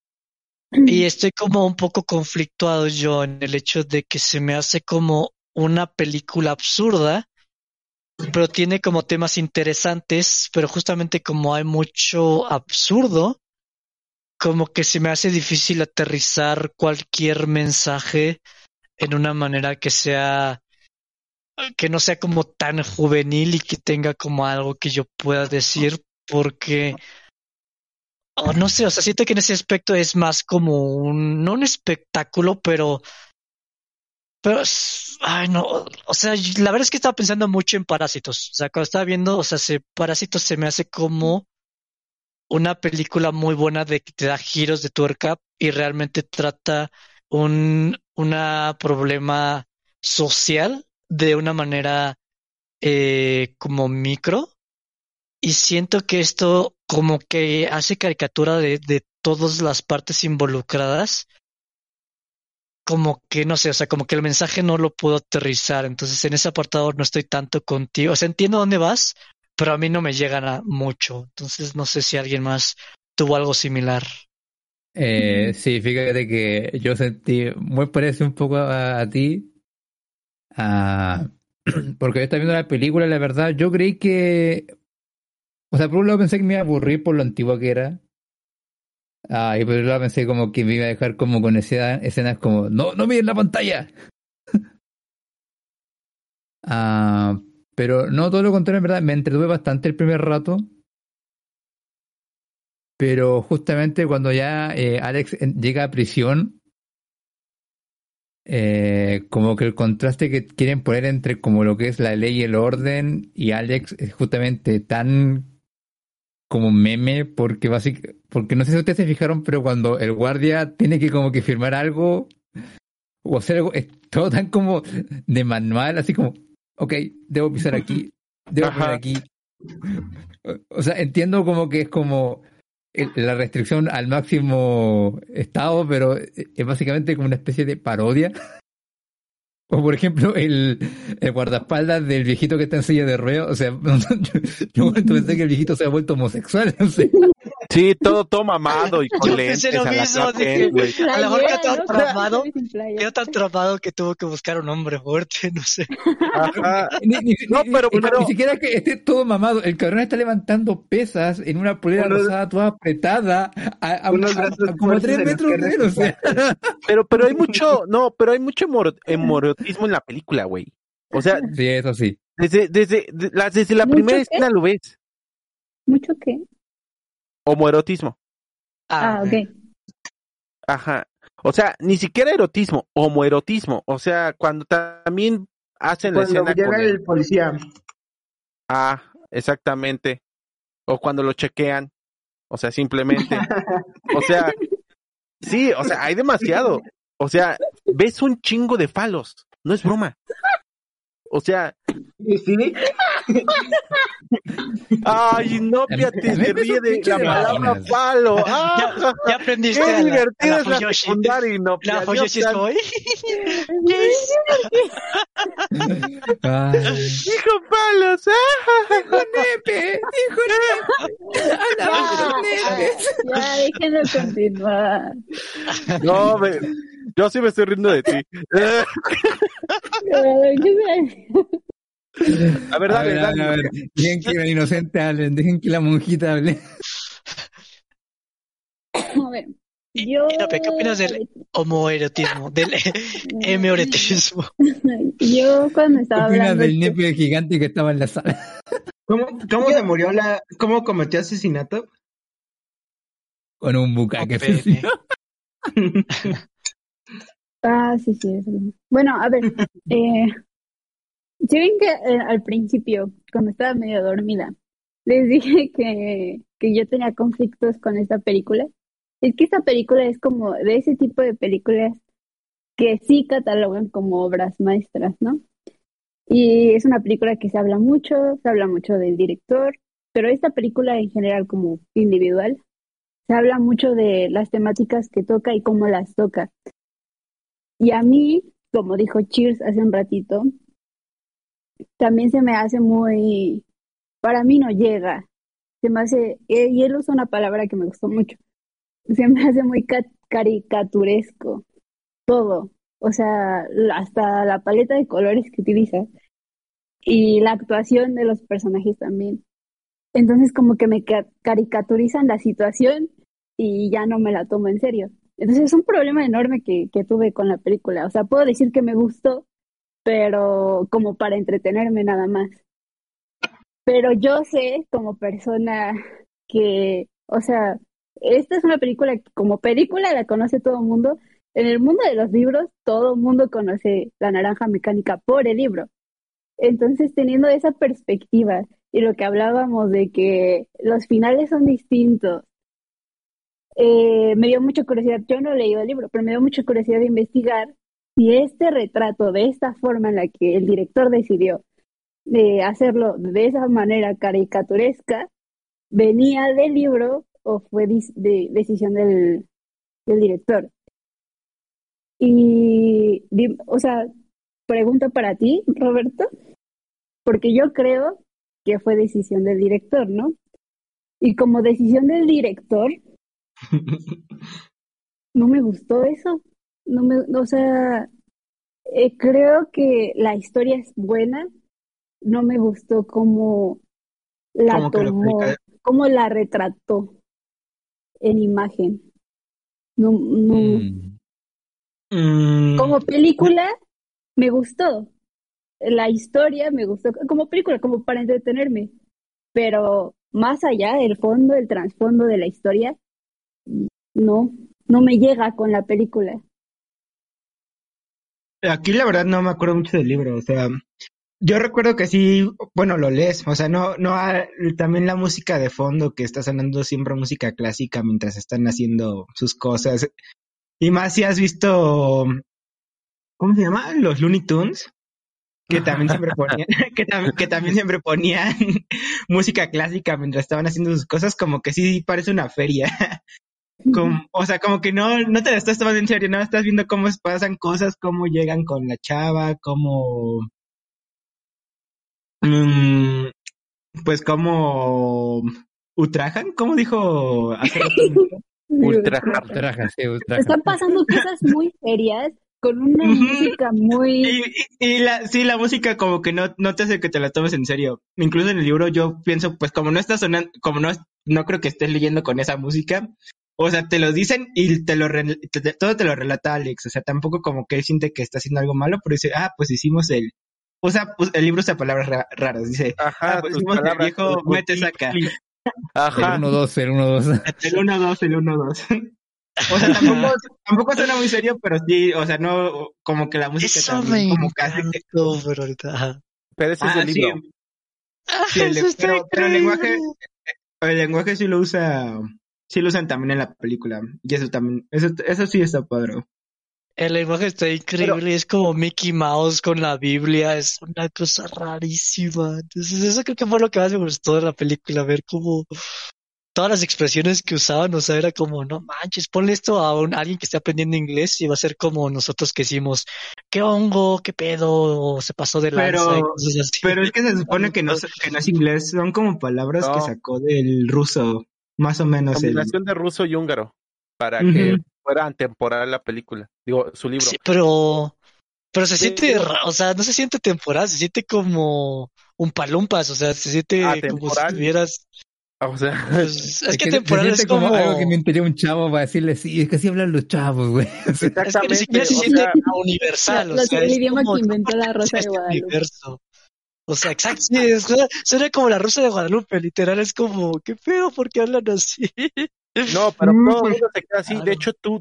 Y estoy como un poco conflictuado yo en el hecho de que se me hace como una película absurda, pero tiene como temas interesantes, pero justamente como hay mucho absurdo, como que se me hace difícil aterrizar cualquier mensaje en una manera que sea, que no sea como tan juvenil y que tenga como algo que yo pueda decir, porque, oh, no sé, o sea, siento que en ese aspecto es más como un, no un espectáculo, pero Pero, es- ay, no, o sea, y la verdad es que estaba pensando mucho en Parásitos. O sea, cuando estaba viendo, o sea, se, Parásitos se me hace como una película muy buena de que te da giros de tuerca y realmente trata un una problema social de una manera eh, como micro. Y siento que esto como que hace caricatura de, de todas las partes involucradas como que no sé, o sea, como que el mensaje no lo puedo aterrizar, entonces en ese apartado no estoy tanto contigo, o sea, entiendo dónde vas, pero a mí no me llegan a mucho, entonces no sé si alguien más tuvo algo similar. Eh, sí, fíjate que yo sentí muy parecido un poco a, a ti, a- porque yo estaba viendo la película, la verdad, yo creí que, o sea, por un lado pensé que me iba a aburrir por lo antigua que era, ah, y por otro lado pensé como que me iba a dejar como con escena- escenas como, no, no miren la pantalla. Ah, pero no, todo lo contrario, en verdad, me entretuve bastante el primer rato, pero justamente cuando ya eh, Alex en- llega a prisión, eh, como que el contraste que quieren poner entre como lo que es la ley y el orden y Alex es justamente tan como meme porque básicamente, porque no sé si ustedes se fijaron, pero cuando el guardia tiene que como que firmar algo o hacer algo, es todo tan como de manual, así como, ok, debo pisar aquí, debo poner Ajá. aquí. O sea, entiendo como que es como el- la restricción al máximo estado, pero es básicamente como una especie de parodia. O por ejemplo, el, el guardaespaldas del viejito que está en silla de ruedas. O sea, yo, yo un momento pensé que el viejito se ha vuelto homosexual. No sé. Sí, todo, todo mamado y con Yo pensé lentes lo a la mismo, Clark Kent, dije, Sin güey. a lo mejor quedó playera, tan ¿no? tramado, Sin playera. quedó tan tramado que tuvo que buscar un hombre fuerte, no sé. Ajá. Ni, ni, No, ni, pero, ni, pero, ni siquiera que esté todo mamado. El cabrón está levantando pesas en una polera Unos, rosada toda apretada a, a, unos a- brazos a como a fuertes tres en los que metros de él. O sea, refugiarse. pero, pero hay mucho, no, pero hay mucho hemoro- hemorotismo en la película, güey. O sea, sí, eso sí. desde, desde, de- la, desde la ¿Mucho primera qué? escena lo ves. ¿Mucho qué? Homoerotismo. Ah, Ah, ok. ok. Ajá. O sea, ni siquiera erotismo, homoerotismo. O sea, cuando también hacen la Cuando escena llega con el... el policía, Ah, exactamente. O cuando lo chequean. O sea, simplemente. O sea, sí, o sea, hay demasiado. O sea, ves un chingo de falos. No es broma. O sea, ¿y sí? ay, no, A mí, fíjate, a mí se me ríe son de pinche la de Ya, palabra vaginas. falo. ¡Ah! ya, ya aprendiste ¡Qué a la, a la divertida es la Fuyoshi. secundaria, La Inopia! Dios Fuyoshi es como, santo. yes. Ay. ¡Hijo palos! Dijo ¡Ah! Nepe, dijo Nepe. Alabas Ya, los nepes. ya, déjenlo continuar. No, me- yo sí me estoy riendo de ti. Eh, Ay, ¿qué a ver, A ver, dale, a dale, ver, a ver. Inopia. Dejen que la inocente hable, dejen que la monjita hable. A ver, Y, yo, y no, ¿qué opinas del homoerotismo, del hemerotismo? yo cuando ¿Qué estaba opinas hablando, del que- nepe gigante que estaba en la sala? ¿cómo, cómo yo, se murió la, cómo cometió asesinato? Con un Con bucaque pene. asesino. Ah, sí, sí. Eso. Bueno, a ver, eh, si ven que eh, al principio, cuando estaba medio dormida, les dije que, que yo tenía conflictos con esta película. Es que esta película es como de ese tipo de películas que sí catalogan como obras maestras, ¿no? Y es una película que se habla mucho, se habla mucho del director, pero esta película en general como individual, se habla mucho de las temáticas que toca y cómo las toca. Y a mí, como dijo Cheers hace un ratito, también se me hace muy, para mí no llega, se me hace, eh, y él usa una palabra que me gustó mucho, se me hace muy ca- caricaturesco todo, o sea, la- hasta la paleta de colores que utiliza y la actuación de los personajes también. Entonces como que me ca- caricaturizan la situación y ya no me la tomo en serio. Entonces es un problema enorme que, que tuve con la película. O sea, puedo decir que me gustó, pero como para entretenerme nada más. Pero yo sé como persona que, o sea, esta es una película que como película la conoce todo el mundo. En el mundo de los libros, todo el mundo conoce La Naranja Mecánica por el libro. Entonces, teniendo esa perspectiva y lo que hablábamos de que los finales son distintos, eh, me dio mucha curiosidad. Yo no he leído el libro, pero me dio mucha curiosidad de investigar si este retrato, de esta forma en la que el director decidió de hacerlo de esa manera caricaturesca, venía del libro o fue dis- de decisión del, del director. Y, di- o sea, pregunta para ti, Roberto, porque yo creo que fue decisión del director, ¿no? Y como decisión del director, no me gustó eso. No me, o sea, eh, creo que la historia es buena. No me gustó cómo la Como que lo tomó, carica- cómo la retrató en imagen. No, no. Mm. Mm, Como película me gustó. La historia me gustó. Como película, como para entretenerme. Pero más allá, el fondo, el trasfondo de la historia, no, no me llega con la película. aquí la verdad no me acuerdo mucho del libro, o sea, yo recuerdo que sí, bueno, lo lees, o sea, no, no, ah, también la música de fondo que está sonando siempre música clásica mientras están haciendo sus cosas, y más si has visto, ¿cómo se llama? Los Looney Tunes, que también siempre ponían, que, tam- que también siempre ponían música clásica mientras estaban haciendo sus cosas, como que sí parece una feria. Como, o sea, como que no, no te la estás tomando en serio, no estás viendo cómo pasan cosas, cómo llegan con la chava, cómo, mm, pues cómo ultrajan, ¿cómo dijo hace rato? Ultra hard. Ultraja, sí, ultraja. Están pasando cosas muy serias con una Ujú. música muy... Y, y, y la, sí, la música como que no, no te hace que te la tomes en serio. Incluso en el libro yo pienso, pues como no está sonando, como no, no creo que estés leyendo con esa música, o sea, te lo dicen y te lo re- te- te- todo te lo relata Alex, o sea, tampoco como que él siente que está haciendo algo malo, pero dice, ah, pues hicimos el, usa, pues, el libro usa palabras ra- raras, dice, ah, Ajá, pues tus hicimos el palabras, el viejo mete clip, saca, clip. El Ajá. uno dos, el uno dos. el uno dos el uno dos O sea, tampoco, tampoco suena muy serio, pero sí, o sea, no, como que la música Eso también, me como que hace que, encantó, pero ahorita. Ajá. Pero ese es ah, del sí, libro. Ah, sí, el, eso está pero, pero el lenguaje, increíble. el lenguaje sí lo usa, sí lo usan también en la película, y eso también, eso, eso sí está padre. El lenguaje está Pero, increíble, es como Mickey Mouse con la Biblia, es una cosa rarísima. Entonces, eso creo que fue lo que más me gustó de la película, ver cómo todas las expresiones que usaban, o sea, era como, no manches, ponle esto a, un, a alguien que esté aprendiendo inglés y va a ser como nosotros que decimos, ¿qué hongo? ¿Qué pedo? O se pasó de lanza y Pero, cosas así. pero es que se supone que no, que no es inglés, son como palabras que no, sacó del ruso, más o menos el. combinación de ruso y húngaro para que Ujú. fuera temporal la película, digo, su libro. Sí, pero, pero se siente, Pero ra- o sea, no se siente temporal, se siente como un palumpas, o sea, se siente como si atemporal, tuvieras, o sea, pues, es Es que que se temporal es siente como algo que me como, entendió un chavo para decirle, sí, es que así hablan los chavos, güey. O sea, es que ni siquiera exactamente, se o siente sea, la- universal, o los- sea, el es idioma como, que no inventó la Rosa pertenece a de este Guadalupe. universo. O sea, exacto, sí, es- suena, suena como la Rosa de Guadalupe, literal, es como, qué feo, ¿por qué hablan así? no, pero Mm, todo el pues, mundo se queda así. De Claro. hecho, tú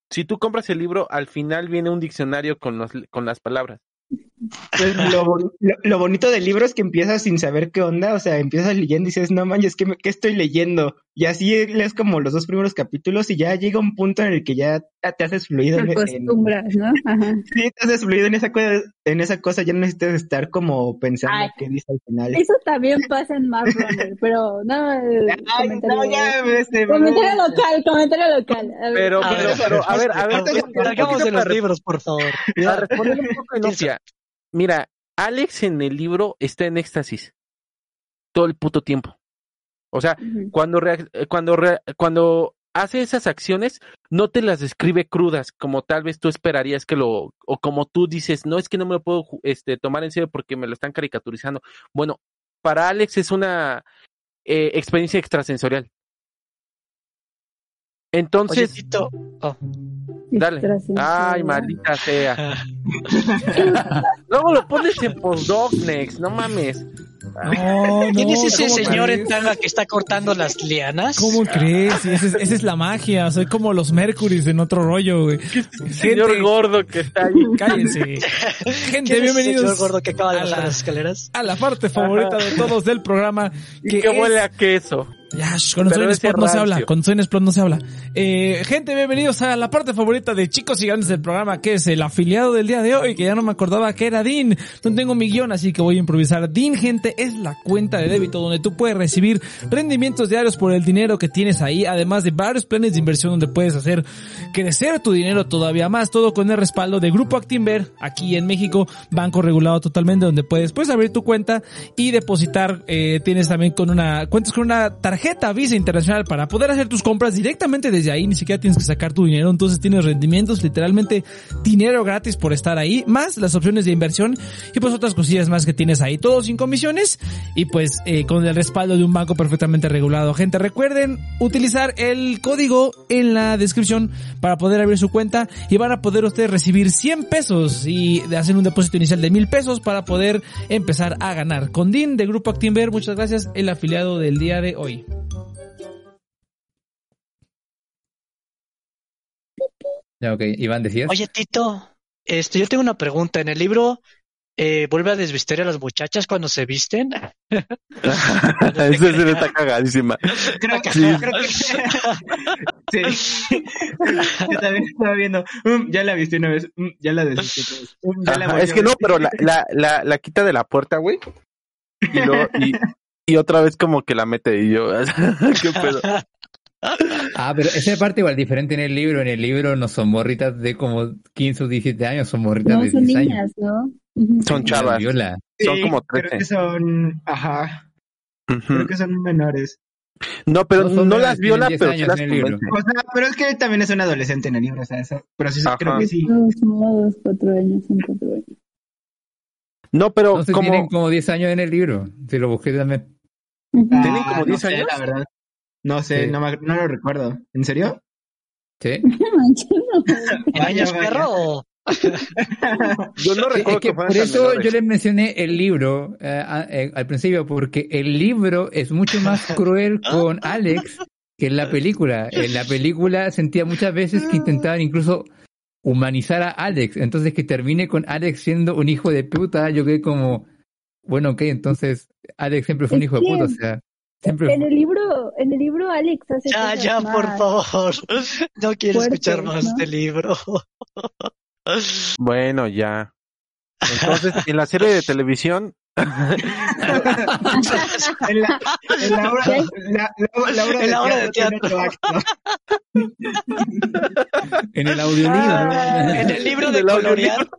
Si tú compras el libro, al final viene un diccionario con, los, con las palabras. Pues lo, lo, lo bonito del libro es que empiezas sin saber qué onda, o sea, empiezas leyendo y dices, no manches, ¿qué, me- qué estoy leyendo? Y así lees como los dos primeros capítulos y ya llega un punto en el que ya te haces fluido Te en, en- acostumbras, ¿no? Ajá. sí, te haces fluido en esa cosa, en esa cosa, ya no necesitas estar como pensando Ay, qué dice al final. eso también pasa en Map Runner, pero no, eh, Ay, comentario, no, ya me se comentario local, comentario local. A ver, Pero, A pero, ver, pero, a ver, a ver, salgamos- un salgamos poquito de los para- libros, por favor. a Ya. responder un poco, Inopia. Mira, Alex en el libro está en éxtasis todo el puto tiempo. O sea, ujú. cuando rea- eh, cuando rea- cuando hace esas acciones, no te las describe crudas, como tal vez tú esperarías que lo, o como tú dices, no es que no me lo puedo ju- este, tomar en serio porque me lo están caricaturizando. Bueno, para Alex es una eh, experiencia extrasensorial. Oye, Entonces, Tito. Oh. dale. Extrasensorial. Ay, maldita sea. Luego lo pones en postdoc, no mames. No, no, ¿Quién es ese ¿cómo señor en crees? tanga que está cortando las lianas? ¿Cómo crees? Sí, esa, es, esa es la magia. Soy como los Mercurys en otro rollo, güey. Señor Gente, gordo que está ahí. cállense. Gente, ¿Quién es ese bienvenidos señor gordo que acaba de a bajar la- las escaleras? a la parte favorita de todos del programa. Y Que que es- huele a queso. Ya, shh, cuando Pero soy en ese Spot no se rancio. habla, cuando soy en Spot no se habla. Eh, gente, bienvenidos a la parte favorita de Chicos y Grandes del programa, que es el afiliado del día de hoy, que ya no me acordaba que era Dean. No tengo mi guión, así que voy a improvisar. Dean, gente, es la cuenta de débito donde tú puedes recibir rendimientos diarios por el dinero que tienes ahí, además de varios planes de inversión donde puedes hacer crecer tu dinero todavía más, todo con el respaldo de Grupo Actinver, aquí en México, banco regulado totalmente, donde puedes, puedes abrir tu cuenta y depositar, eh, tienes también con una, cuentas con una tarjeta Visa Internacional para poder hacer tus compras directamente desde ahí, ni siquiera tienes que sacar tu dinero, entonces tienes rendimientos, literalmente dinero gratis por estar ahí, más las opciones de inversión y pues otras cosillas más que tienes ahí, todo sin comisiones y pues eh, con el respaldo de un banco perfectamente regulado. Gente, recuerden utilizar el código en la descripción para poder abrir su cuenta y van a poder ustedes recibir cien pesos y hacer un depósito inicial de mil pesos para poder empezar a ganar. Con Dean de Grupo Actinver, muchas gracias, el afiliado del día de hoy. Ya, ok. Iván, ¿decías? Oye, Tito, este, yo tengo una pregunta. En el libro, eh, ¿vuelve a desvestir a las muchachas cuando se visten? Esa escena está cagadísima. Creo que, Sí. creo que sí. Yo también estaba viendo. Mm, ya la viste una vez. Mm, ya la desviste otra vez. Mm, ya la Ajá, volví es a que no, ver. pero la, la, la, la quita de la puerta, güey. Y, luego- y, y otra vez como que la mete y yo, ¿qué pedo? Ah, pero esa parte igual diferente en el libro. En el libro no son morritas de como quince o diecisiete años, son morritas No, de son diez años. niñas, ¿no? Ujú. Son chavas. Viola. Son Sí, como creo que trece. son. Ajá. Ujú. Creo que son menores. No, pero No no, son menores, las tienen viola, diez pero sí años las en el libro. convence. O sea, pero es que él también es un adolescente en el libro, o sea, eso. Pero sí, Ajá. creo que sí. Dos modos, cuatro años, son cuatro años. No, pero Entonces como... tienen como diez años en el libro. Si lo busqué también. Ujú. ¿Tienen como Ah, diez no sé, años? la verdad. No sé, Sí. no, me- no lo recuerdo. ¿En serio? ¿Sí? Manches, no. ¿En años, vaya. perro? o- Yo no Sí, recuerdo es que que fueran por tan eso menores. yo les mencioné el libro eh, a- eh, al principio, porque el libro es mucho más cruel con Alex que en la película. En la película sentía muchas veces que intentaban incluso humanizar a Alex. Entonces que termine con Alex siendo un hijo de puta, yo quedé como, bueno, ok, entonces Alex siempre fue un Es hijo de que puta, o sea, siempre En fue- el libro, en el libro Alex hace Ya, cosas ya, por más favor. No quiero fuertes, escuchar más ¿no? del libro. Bueno, ya. Entonces, en la serie de televisión, En la, en la hora, ¿Qué? la, la- la obra En la obra de tiene teatro. otro acto. en el audiolibro. Ah, en el libro de En el colorear.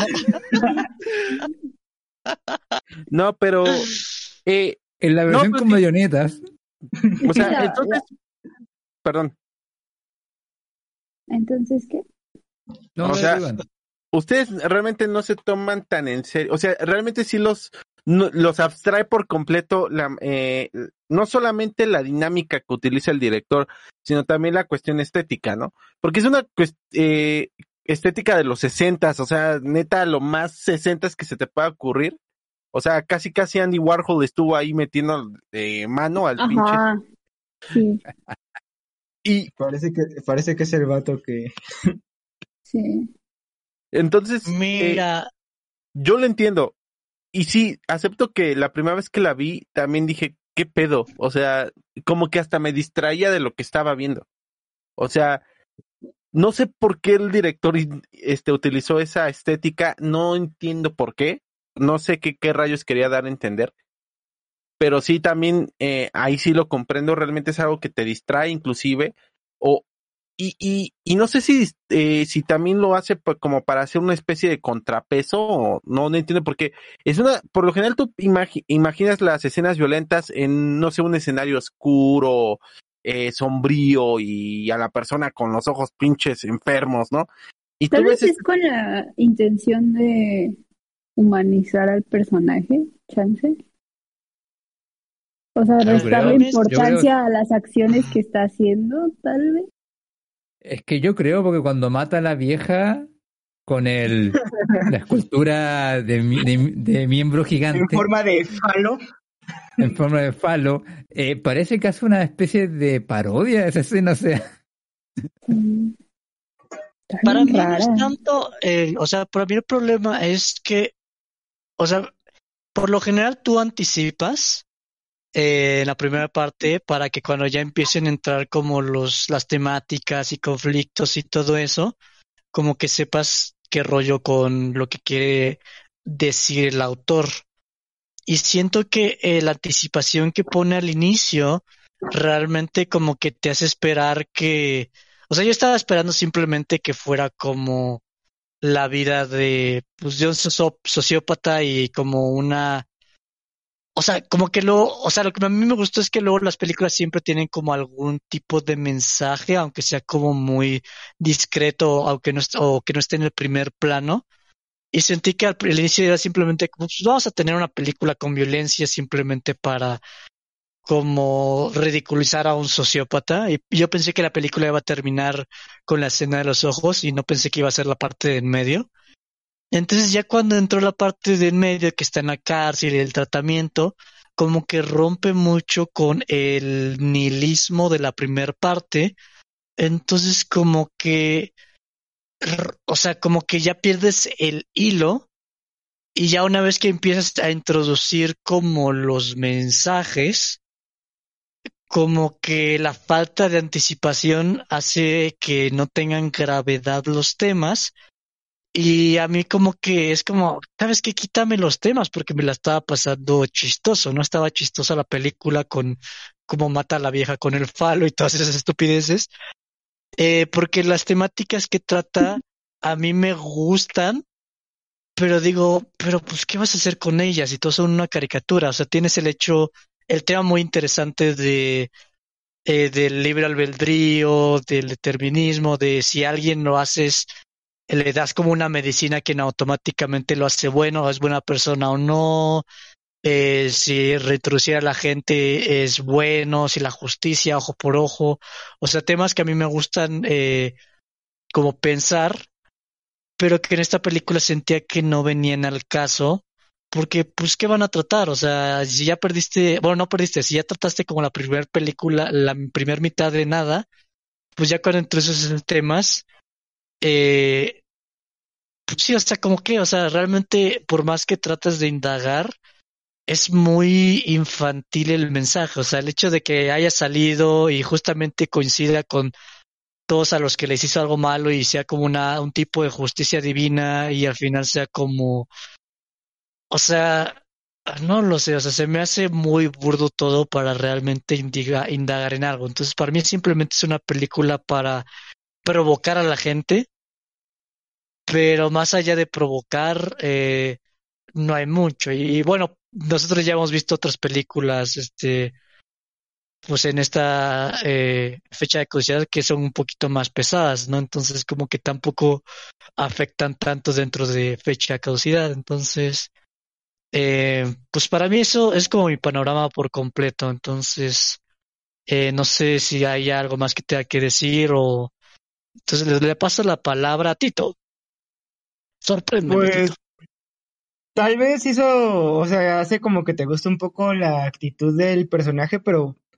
no, pero, eh, En la No, versión pues con sí. marionetas. o sea, La- entonces, perdón, Entonces, ¿qué? No, O no, sea, Iván. ustedes realmente no se toman tan en serio, o sea, realmente sí los, no- los abstrae por completo, la, eh, no solamente la dinámica que utiliza el director, sino también la cuestión estética, ¿no? Porque es una cuest- eh, estética de los sesentas, o sea, neta, lo más sesentas que se te pueda ocurrir. O sea, casi casi Andy Warhol estuvo ahí metiendo eh, mano al pinche. Ajá. Sí. Y Parece que, parece que es el vato que... Sí. entonces, eh, Mira, yo lo entiendo. Y sí, acepto que la primera vez que la vi, también dije, ¿qué pedo? O sea, como que hasta me distraía de lo que estaba viendo. O sea, no sé por qué el director este, utilizó esa estética, no entiendo por qué, no sé qué, qué rayos quería dar a entender, pero sí también, eh, ahí sí lo comprendo, realmente es algo que te distrae inclusive, o y, y, y no sé si, eh, si también lo hace pa- como para hacer una especie de contrapeso, o no, no entiendo por qué. Es una, por lo general tú imagi- imaginas las escenas violentas en, no sé, un escenario oscuro, eh, sombrío y a la persona con los ojos pinches enfermos, ¿no? Y Tal tú ves, vez es- es con la intención de humanizar al personaje, chance. O sea, Yo restarle para creo, mí es... yo creo, importancia a las acciones que está haciendo, tal vez. es que yo creo porque cuando mata a la vieja con el la escultura de, mi- de, de miembro En gigante forma de falo. en forma de falo, eh, parece que hace una especie de parodia de esa escena, o sea, Sí, está Para bien mí no es rara. tanto, eh, o sea, para mí el problema es que, o sea, por lo general tú anticipas eh, en la primera parte para que cuando ya empiecen a entrar como los, las temáticas y conflictos y todo eso, como que sepas qué rollo con lo que quiere decir el autor. Y siento que eh, la anticipación que pone al inicio realmente como que te hace esperar que, o sea, yo estaba esperando simplemente que fuera como la vida de, pues, de un socio- sociópata y como una, o sea, como que lo, o sea, lo que a mí me gustó es que luego las películas siempre tienen como algún tipo de mensaje, aunque sea como muy discreto, aunque no, est- o que no esté en el primer plano. Y sentí que al al inicio era simplemente como, pues vamos a tener una película con violencia simplemente para como ridiculizar a un sociópata. Y yo pensé que la película iba a terminar con la escena de los ojos y no pensé que iba a ser la parte de en medio. Entonces ya cuando entró la parte de en medio que está en la cárcel y el tratamiento, como que rompe mucho con el nihilismo de la primera parte. Entonces como que, r- o sea, como que ya pierdes el hilo y ya una vez que empiezas a introducir como los mensajes, como que la falta de anticipación hace que no tengan gravedad los temas. Y a mí como que es como, ¿sabes qué? Quítame los temas porque me la estaba pasando chistoso, no estaba chistosa la película con cómo mata a la vieja con el falo y todas esas estupideces, eh, porque las temáticas que trata a mí me gustan, pero digo, pero pues, ¿qué vas a hacer con ellas? Y todo son una caricatura, o sea, tienes el hecho, el tema muy interesante de eh, del libre albedrío, del determinismo, de si alguien lo haces, le das como una medicina que no automáticamente lo hace bueno, es buena persona o no, eh, si reintroducir a la gente es bueno, si la justicia, ojo por ojo, o sea, temas que a mí me gustan eh, como pensar, pero que en esta película sentía que no venían al caso. Porque, pues, ¿qué van a tratar? O sea, si ya perdiste, bueno, no perdiste, si ya trataste como la primera película, la primera mitad de nada, pues ya cuando introduces esos temas, eh, pues sí, o sea, como que, o sea, realmente por más que tratas de indagar, es muy infantil el mensaje, o sea, el hecho de que haya salido y justamente coincida con todos a los que les hizo algo malo y sea como una, un tipo de justicia divina y al final sea como, o sea, no lo sé, o sea, se me hace muy burdo todo para realmente indiga- indagar en algo. Entonces, para mí simplemente es una película para provocar a la gente, pero más allá de provocar, eh, no hay mucho. Y, y bueno, nosotros ya hemos visto otras películas, este, pues en esta eh, fecha de caducidad que son un poquito más pesadas, ¿no? Entonces, como que tampoco afectan tanto dentro de fecha de caducidad. Entonces, eh, pues para mí eso es como mi panorama por completo. Entonces, eh, no sé si hay algo más que tenga que decir o... Entonces, le, le paso la palabra a Tito. Sorpréndeme, Tito. Pues tal vez hizo, o sea, hace como que te gusta un poco la actitud del personaje, pero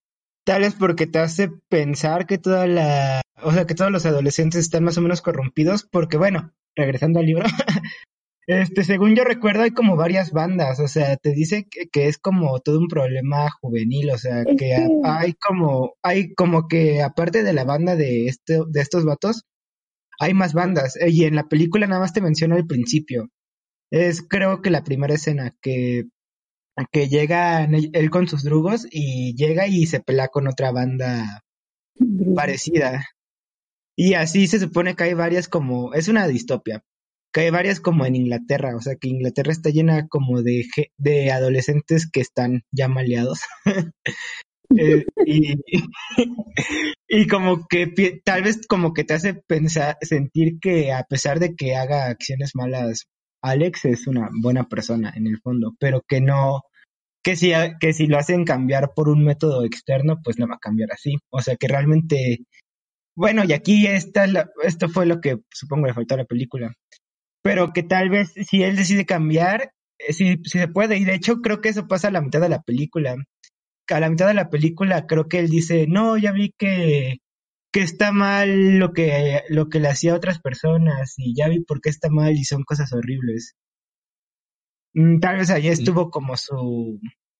Tal vez porque te hace pensar que toda la, o sea, que todos los adolescentes están más o menos corrompidos, porque bueno, regresando al libro, este, según yo recuerdo, hay como varias bandas, o sea, te dice que, que es como todo un problema juvenil, o sea, Es que que, a- hay como, hay como que aparte de la banda de este, de estos vatos, hay más bandas, eh, y en la película nada más te menciono al principio. Es creo que la primera escena que, que llega él él con sus drugos y llega y se pelea con otra banda Bruno. parecida. Y así se supone que hay varias como, es una distopia, que hay varias como en Inglaterra, o sea que Inglaterra está llena como de, ge- de adolescentes que están ya maleados. Eh, y, y como que pi- tal vez como que te hace pensar, sentir que a pesar de que haga acciones malas, Alex es una buena persona en el fondo, pero que no, que si, a- que si lo hacen cambiar por un método externo, pues no va a cambiar así. O sea que realmente, bueno, y aquí esta, es la- esto fue lo que supongo le faltó a la película, pero que tal vez si él decide cambiar, eh, sí, sí se puede, y de hecho creo que eso pasa a la mitad de la película. A la mitad de la película creo que él dice, no, ya vi que, que está mal lo que, lo que le hacía a otras personas, y ya vi por qué está mal y son cosas horribles. Mm, Tal vez allí estuvo como su,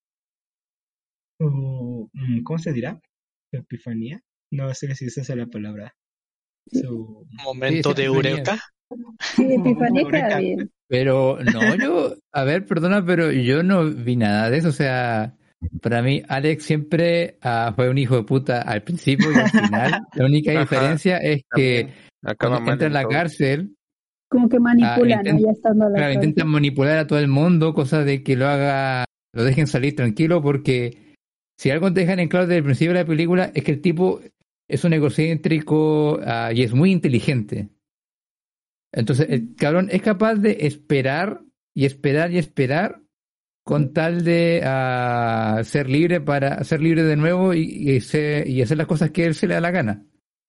su, mm, ¿cómo se dirá? Su epifanía. No sé si esa es la palabra. Sí, Su Sí, es Momento de epifanía. eureka. sí, Epifanía queda Eureka. bien. Pero no, yo, a ver, perdona, pero yo no vi nada de eso. O sea, para mí, Alex siempre ah, fue un hijo de puta al principio y al final. La única Ajá, diferencia es que también. Acaba cuando mal entra en en la todo. cárcel, Como que ah, manipula, ¿no? inten- Ya estando a la claro, intentan cárcel. manipular a todo el mundo, cosa de que lo haga, lo dejen salir tranquilo, porque si algo te dejan en claro desde el principio de la película es que el tipo es un egocéntrico ah, y es muy inteligente. Entonces, el cabrón es capaz de esperar y esperar y esperar con tal de ah, ser libre para ser libre de nuevo y, y, se- y hacer las cosas que él se le da la gana.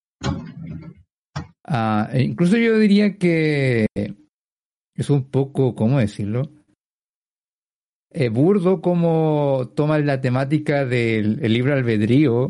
Ah, e incluso yo diría que es un poco, ¿cómo decirlo? Eh, burdo como toma la temática del el libre albedrío,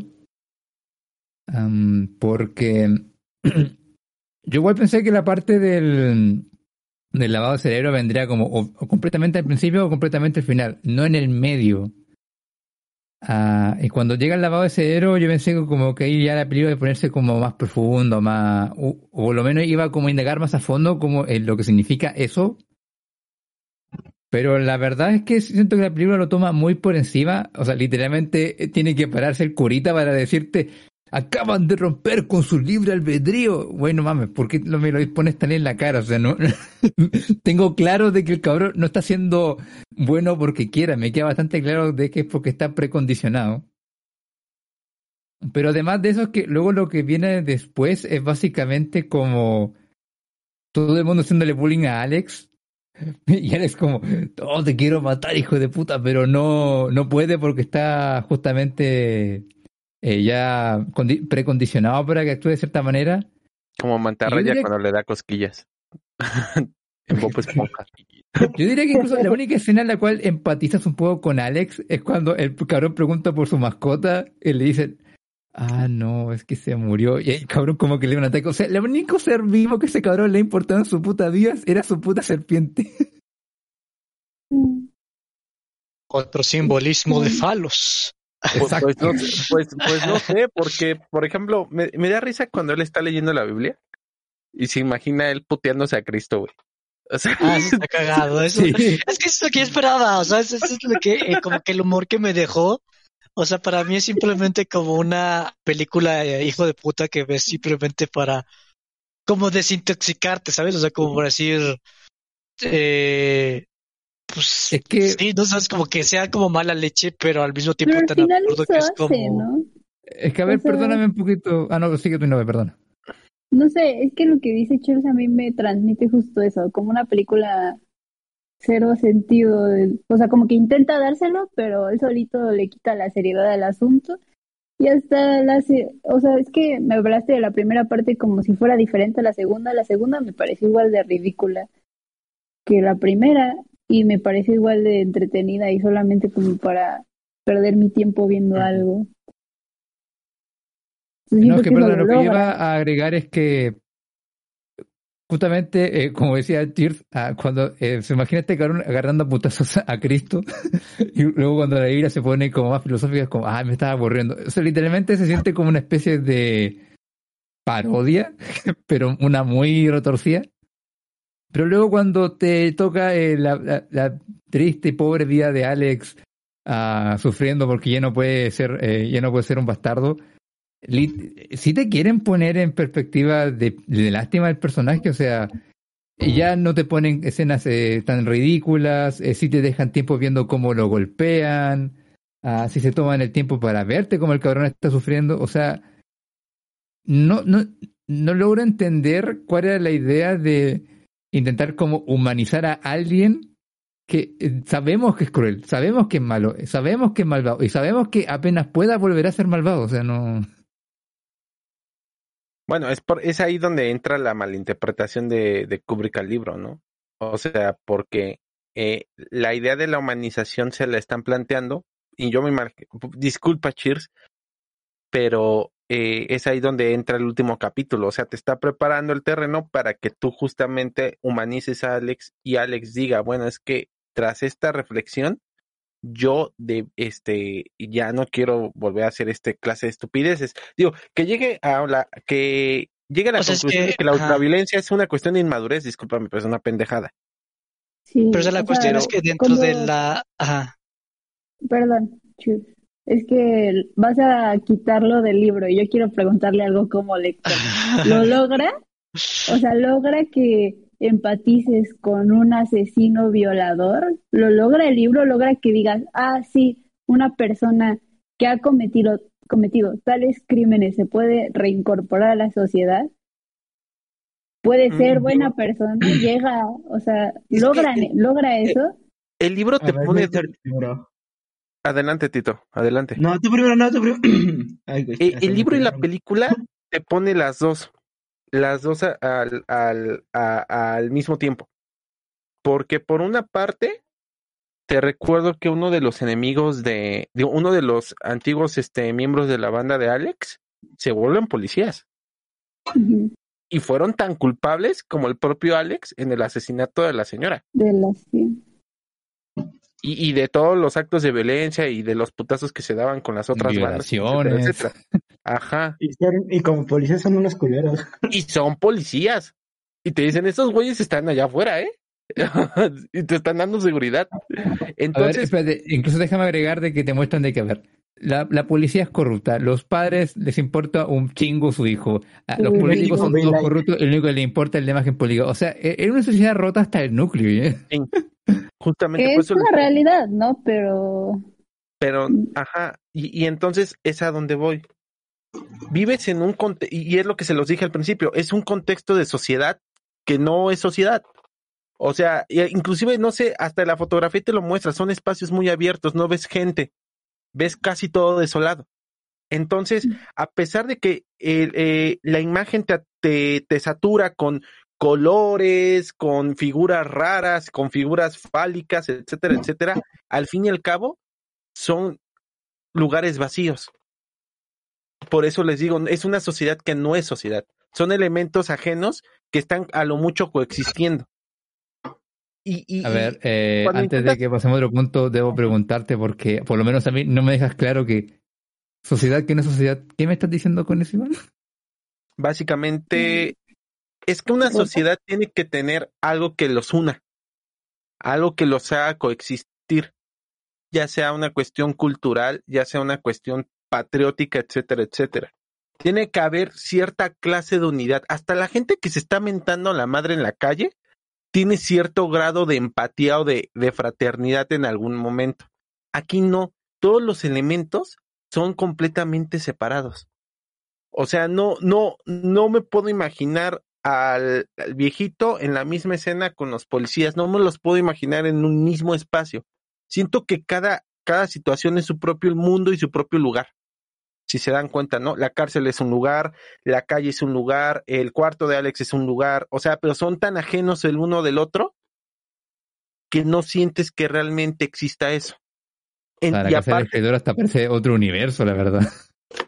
am, porque yo igual pensé que la parte del, del lavado de cerebro vendría como o, o completamente al principio o completamente al final, no en el medio. Ah, y cuando llega el lavado de cerebro, yo pensé que como que ahí ya la película iba a ponerse como más profundo, más, o, o por lo menos iba como a indagar más a fondo como en lo que significa eso. Pero la verdad es que siento que la película lo toma muy por encima. O sea, literalmente eh, tiene que pararse el curita para decirte, acaban de romper con su libre albedrío. Bueno, mames, ¿por qué lo, me lo pones tan en la cara? O sea, no tengo claro de que el cabrón no está siendo bueno porque quiera. Me queda bastante claro de que es porque está precondicionado. Pero además de eso es que luego lo que viene después es básicamente como todo el mundo haciéndole bullying a Alex. Y Alex como, oh, te quiero matar, hijo de puta, pero no, no puede porque está justamente eh, ya condi- precondicionado para que actúe de cierta manera. Como Y yo mantarraya diría, cuando le da cosquillas. En Bob Esponja. yo diría que incluso la única escena en la cual empatizas un poco con Alex es cuando el cabrón pregunta por su mascota y le dicen, ah, no, es que se murió. Y el cabrón como que le da un ataque. O sea, el único ser vivo que ese cabrón le importaba en su puta vida era su puta serpiente. Mm, Otro simbolismo de falos. Pues, pues Exacto. no sé, pues, pues no sé, porque, por ejemplo, me, me da risa cuando él está leyendo la Biblia y se imagina él puteándose a Cristo, güey. O sea, Ah, eso está cagado. Eso, Sí. es que eso es lo que yo esperaba. O sea, eso, eso es lo que, eh, como que el humor que me dejó. O sea, para mí es simplemente como una película eh, hijo de puta que ves simplemente para como desintoxicarte, ¿sabes? O sea, como por decir, eh, pues Es que, sí, no sabes, como que sea como mala leche, pero al mismo Pero tiempo al tan final absurdo eso que es hace, como, ¿no? es que a O ver, sea, perdóname un poquito. Ah, no, sigue tu nombre, perdona. no sé, es que lo que dice Charles a mí me transmite justo eso, como una película cero sentido, de- o sea, como que intenta dárselo, pero él solito le quita la seriedad al asunto y hasta la, se- o sea, es que me hablaste de la primera parte como si fuera diferente a la segunda, la segunda me pareció igual de ridícula que la primera y me pareció igual de entretenida y solamente como para perder mi tiempo viendo algo. Yo No, siento es que que eso perdón, lo lo que iba logra. a agregar es que justamente, eh, como decía Tears, ah, cuando eh, se imagina este cabrón agarrando a putazos a Cristo, y luego cuando la Biblia se pone como más filosófica, es como, ah, me estaba aburriendo. O sea, literalmente se siente como una especie de parodia, pero una muy retorcida. Pero luego cuando te toca eh, la, la- la triste y pobre vida de Alex, ah, sufriendo porque ya no puede ser, eh, ya no puede ser un bastardo, si te quieren poner en perspectiva de, de lástima del personaje, o sea, ya no te ponen escenas eh, tan ridículas, eh, si te dejan tiempo viendo cómo lo golpean, ah, si se toman el tiempo para verte cómo el cabrón está sufriendo, o sea, no, no, no logro entender cuál era la idea de intentar como humanizar a alguien que eh, sabemos que es cruel, sabemos que es malo, sabemos que es malvado y sabemos que apenas pueda volver a ser malvado, o sea, no... Bueno, es por, es ahí donde entra la malinterpretación de, de Kubrick al libro, ¿no? O sea, porque eh, la idea de la humanización se la están planteando, y yo me imagino, disculpa, Cheers, pero eh, es ahí donde entra el último capítulo, o sea, te está preparando el terreno para que tú justamente humanices a Alex y Alex diga, bueno, es que tras esta reflexión, yo de este ya no quiero volver a hacer este clase de estupideces. Digo, que llegue a la que llegue a la O sea, es conclusión de que, que la ajá, ultraviolencia es una cuestión de inmadurez, discúlpame, pero es una pendejada. pero o Sí, sea, la o sea, cuestión es Pero que dentro de como, la, ajá, perdón, Chus, es que vas a quitarlo del libro y yo quiero preguntarle algo como lector. ¿Lo logra? O sea, ¿logra que empatices con un asesino violador? ¿Lo logra el libro? ¿Logra que digas, ah, sí, una persona que ha cometido, cometido tales crímenes se puede reincorporar a la sociedad? ¿Puede ser mm, buena Yo, persona? ¿Llega, o sea, es que logran, el, logra el- eso? el libro a te ver, pone Víctor, primero. adelante, Tito, adelante. No, tú primero, no, tú primero. Ay, güey, Eh, hasta el me libro y quedé la ronco. película te pone las dos, las dos a- al, al, a- al mismo tiempo, porque por una parte te recuerdo que uno de los enemigos de, de uno de los antiguos este, miembros de la banda de Alex se vuelven policías Ujú. y fueron tan culpables como el propio Alex en el asesinato de la señora De las sí. y, y de todos los actos de violencia y de los putazos que se daban con las otras bandas, etcétera, Violaciones. etcétera. Ajá. Y, son- y como policías son unos culeros. Y son policías. Y te dicen, estos güeyes están allá afuera, ¿eh? Y te están dando seguridad. A ver, Entonces, espérate, incluso déjame agregar de que te muestran de que, a ver, la, la policía es corrupta, los padres les importa un chingo su hijo, a los Sí, políticos México, son be todos like. corruptos, el único que le importa es la imagen política. O sea, e- es una sociedad rota hasta el núcleo, ¿eh? sí, justamente que por es eso les una digo. realidad, ¿no? Pero Pero, ajá, y, y entonces es a donde voy. Vives en un contexto, y es lo que se los dije al principio, es un contexto de sociedad que no es sociedad. O sea, e- inclusive, no sé, hasta la fotografía te lo muestra, son espacios muy abiertos, no ves gente, ves casi todo desolado. Entonces, a pesar de que eh, eh, la imagen te, te, te satura con colores, con figuras raras, con figuras fálicas, etcétera, etcétera, al fin y al cabo son lugares vacíos. Por eso les digo, es una sociedad que no es sociedad. Son elementos ajenos que están a lo mucho coexistiendo. Y, y, A ver, y eh, cuando antes de intentas, que pasemos a otro punto, debo preguntarte porque por lo menos a mí no me dejas claro que sociedad que no es sociedad, ¿qué me estás diciendo con eso, Iván? básicamente, es que una rota. sociedad tiene que tener algo que los una, algo que los haga coexistir, ya sea una cuestión cultural, ya sea una cuestión patriótica, etcétera, etcétera. Tiene que haber cierta clase de unidad. Hasta la gente que se está mentando a la madre en la calle tiene cierto grado de empatía o de, de fraternidad en algún momento. Aquí no, todos los elementos son completamente separados. O sea, no, no, no me puedo imaginar al, al viejito en la misma escena con los policías, no me los puedo imaginar en un mismo espacio. Siento que cada, cada situación es su propio mundo y su propio lugar. Si se dan cuenta, ¿no? La cárcel es un lugar, la calle es un lugar, el cuarto de Alex es un lugar, o sea, pero son tan ajenos el uno del otro que no sientes que realmente exista eso. En, Para y que sea el aparte, escritor hasta parece otro universo, la verdad.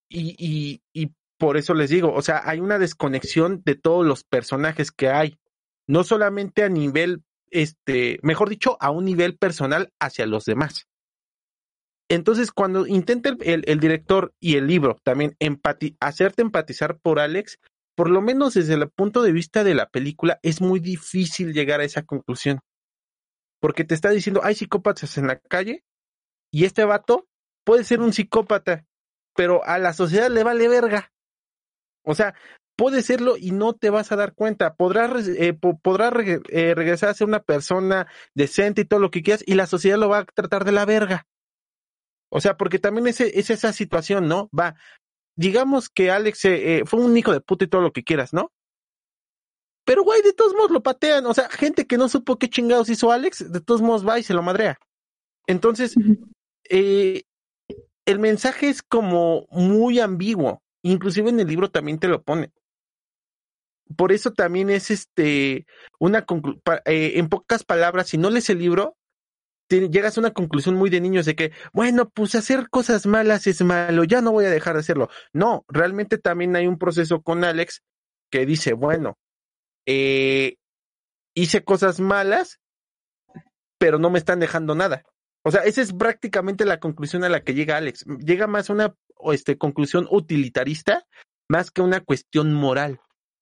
y, y, y por eso les digo, o sea, hay una desconexión de todos los personajes que hay, no solamente a nivel, este, mejor dicho, a un nivel personal hacia los demás. Entonces, cuando intenta el, el, el director y el libro también empati- hacerte empatizar por Alex, por lo menos desde el punto de vista de la película, es muy difícil llegar a esa conclusión. Porque te está diciendo, hay psicópatas en la calle, y este vato puede ser un psicópata, pero a la sociedad le vale verga. O sea, puede serlo y no te vas a dar cuenta. Podrás, eh, po- podrás reg- eh, regresar a ser una persona decente y todo lo que quieras, y la sociedad lo va a tratar de la verga. O sea, porque también es, es esa situación, ¿no? Va, digamos que Alex eh, eh, fue un hijo de puta y todo lo que quieras, ¿no? Pero, güey, de todos modos lo patean. O sea, gente que no supo qué chingados hizo Alex, de todos modos va y se lo madrea. Entonces, eh, el mensaje es como muy ambiguo. Inclusive en el libro también te lo pone. Por eso también es este una conclu- pa- eh, en pocas palabras, si no lees el libro, te llegas a una conclusión muy de niños de que, bueno, pues hacer cosas malas es malo, ya no voy a dejar de hacerlo. No, realmente también hay un proceso con Alex que dice, bueno, eh, hice cosas malas, pero no me están dejando nada. O sea, esa es prácticamente la conclusión a la que llega Alex. Llega más a una o este, conclusión utilitarista más que una cuestión moral.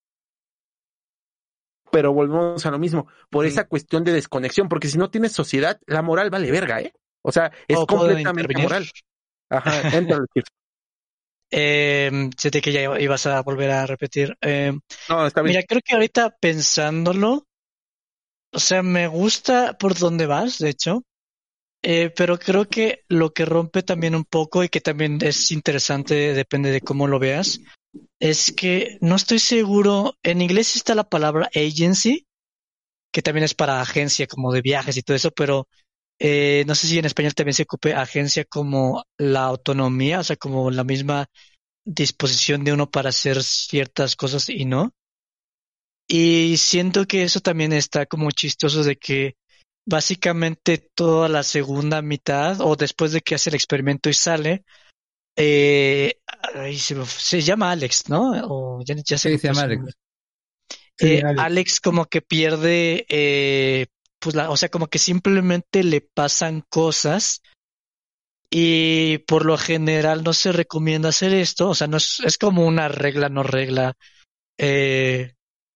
Pero volvemos a lo mismo, por Mm. esa cuestión de desconexión, porque si no tienes sociedad, la moral vale verga, ¿eh? O sea, es ¿O puedo completamente intervenir? moral. Ajá, entra. Eh, Sentí que ya ibas a volver a repetir. Eh, No, está bien. mira, creo que ahorita pensándolo, o sea, me gusta por dónde vas, de hecho, eh, pero creo que lo que rompe también un poco y que también es interesante, depende de cómo lo veas, es que no estoy seguro, en inglés está la palabra agency, que también es para agencia como de viajes y todo eso, pero eh, no sé si en español también se ocupe agencia como la autonomía, o sea, como la misma disposición de uno para hacer ciertas cosas y no. Y siento que eso también está como chistoso de que básicamente toda la segunda mitad o después de que hace el experimento y sale, eh, ay, se, me fu- se llama Alex, ¿no? O ya, ya se Sí, me se fue llama su Alex. nombre. Sí, Eh, Alex. Alex como que pierde, eh, pues la, o sea, como que simplemente le pasan cosas y por lo general no se recomienda hacer esto, o sea, no es, es como una regla, no regla, eh,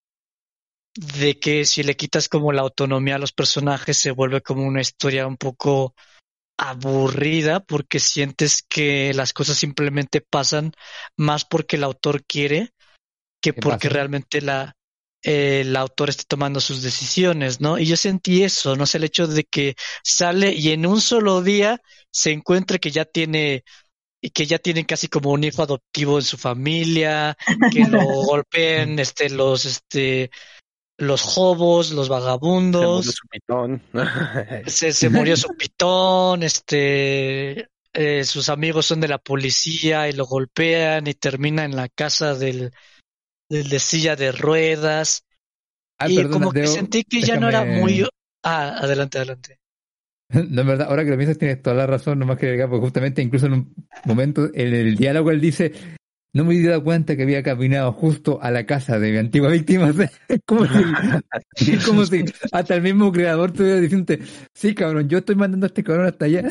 de que si le quitas como la autonomía a los personajes se vuelve como una historia un poco aburrida porque sientes que las cosas simplemente pasan más porque el autor quiere que ¿Qué porque pasa? realmente la eh, el autor esté tomando sus decisiones, ¿no? Y yo sentí eso, no sé, el hecho de que sale y en un solo día se encuentra que ya tiene y que ya tienen casi como un hijo adoptivo en su familia, que lo golpeen este los este los hobos, los Se murió vagabundos, su pitón. se, se murió su pitón, este, eh, sus amigos son de la policía y lo golpean y termina en la casa del, del de silla de ruedas. Ay, Y perdona, como que Deo, sentí que ya no era muy... déjame. Ah, adelante, adelante. No, es verdad, ahora que lo piensas tienes toda la razón, nomás que agregar, porque justamente incluso en un momento, en el diálogo él dice, no me había dado cuenta que había caminado justo a la casa de mi antigua víctima. O sea, es como si, es como si hasta el mismo creador estuviera diciendo, sí, cabrón, yo estoy mandando a este cabrón hasta allá.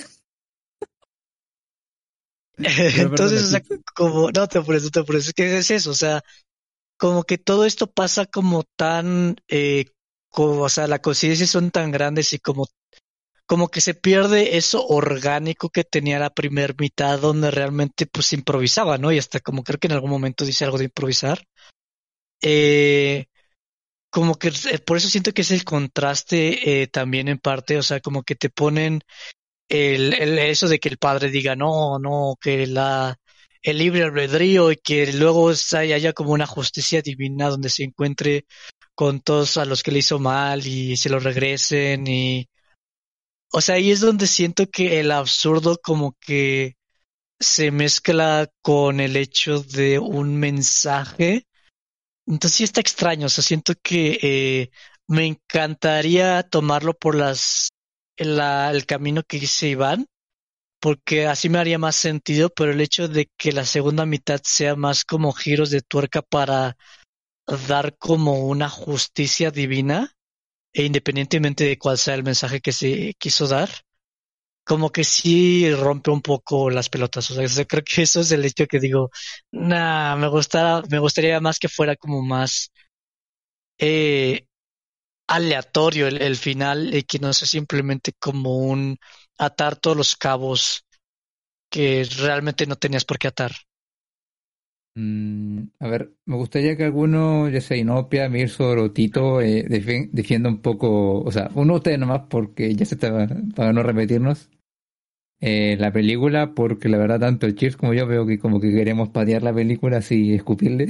Pero Entonces, perdona, o sea, sí. como, no te apures, no te apures, es que es eso, o sea, como que todo esto pasa como tan, eh, como, o sea, las coincidencias son tan grandes y como como que se pierde eso orgánico que tenía la primer mitad donde realmente pues improvisaba, ¿no? Y hasta como creo que en algún momento dice algo de improvisar. Eh, como que eh, por eso siento que es el contraste eh, también en parte, o sea, como que te ponen el, el eso de que el padre diga no, no, que la el libre albedrío y que luego es- hay- haya como una justicia divina donde se encuentre con todos a los que le hizo mal y se lo regresen y o sea, ahí es donde siento que el absurdo como que se mezcla con el hecho de un mensaje. Entonces sí está extraño, o sea, siento que eh, me encantaría tomarlo por las la, el camino que dice Iván, porque así me haría más sentido, pero el hecho de que la segunda mitad sea más como giros de tuerca para dar como una justicia divina, e independientemente de cuál sea el mensaje que se quiso dar, como que sí rompe un poco las pelotas. O sea, yo creo que eso es el hecho que digo, nah, me gusta, me gustaría más que fuera como más eh, aleatorio el, el final y que no sea simplemente como un atar todos los cabos que realmente no tenías por qué atar. Mm, a ver, me gustaría que alguno, ya sea Inopia, Mirso o Tito, eh, defi- defienda un poco, o sea, uno de ustedes nomás porque ya se está, para no repetirnos, eh, la película, porque la verdad tanto el Cheers como yo veo que como que queremos patear la película así escupirle.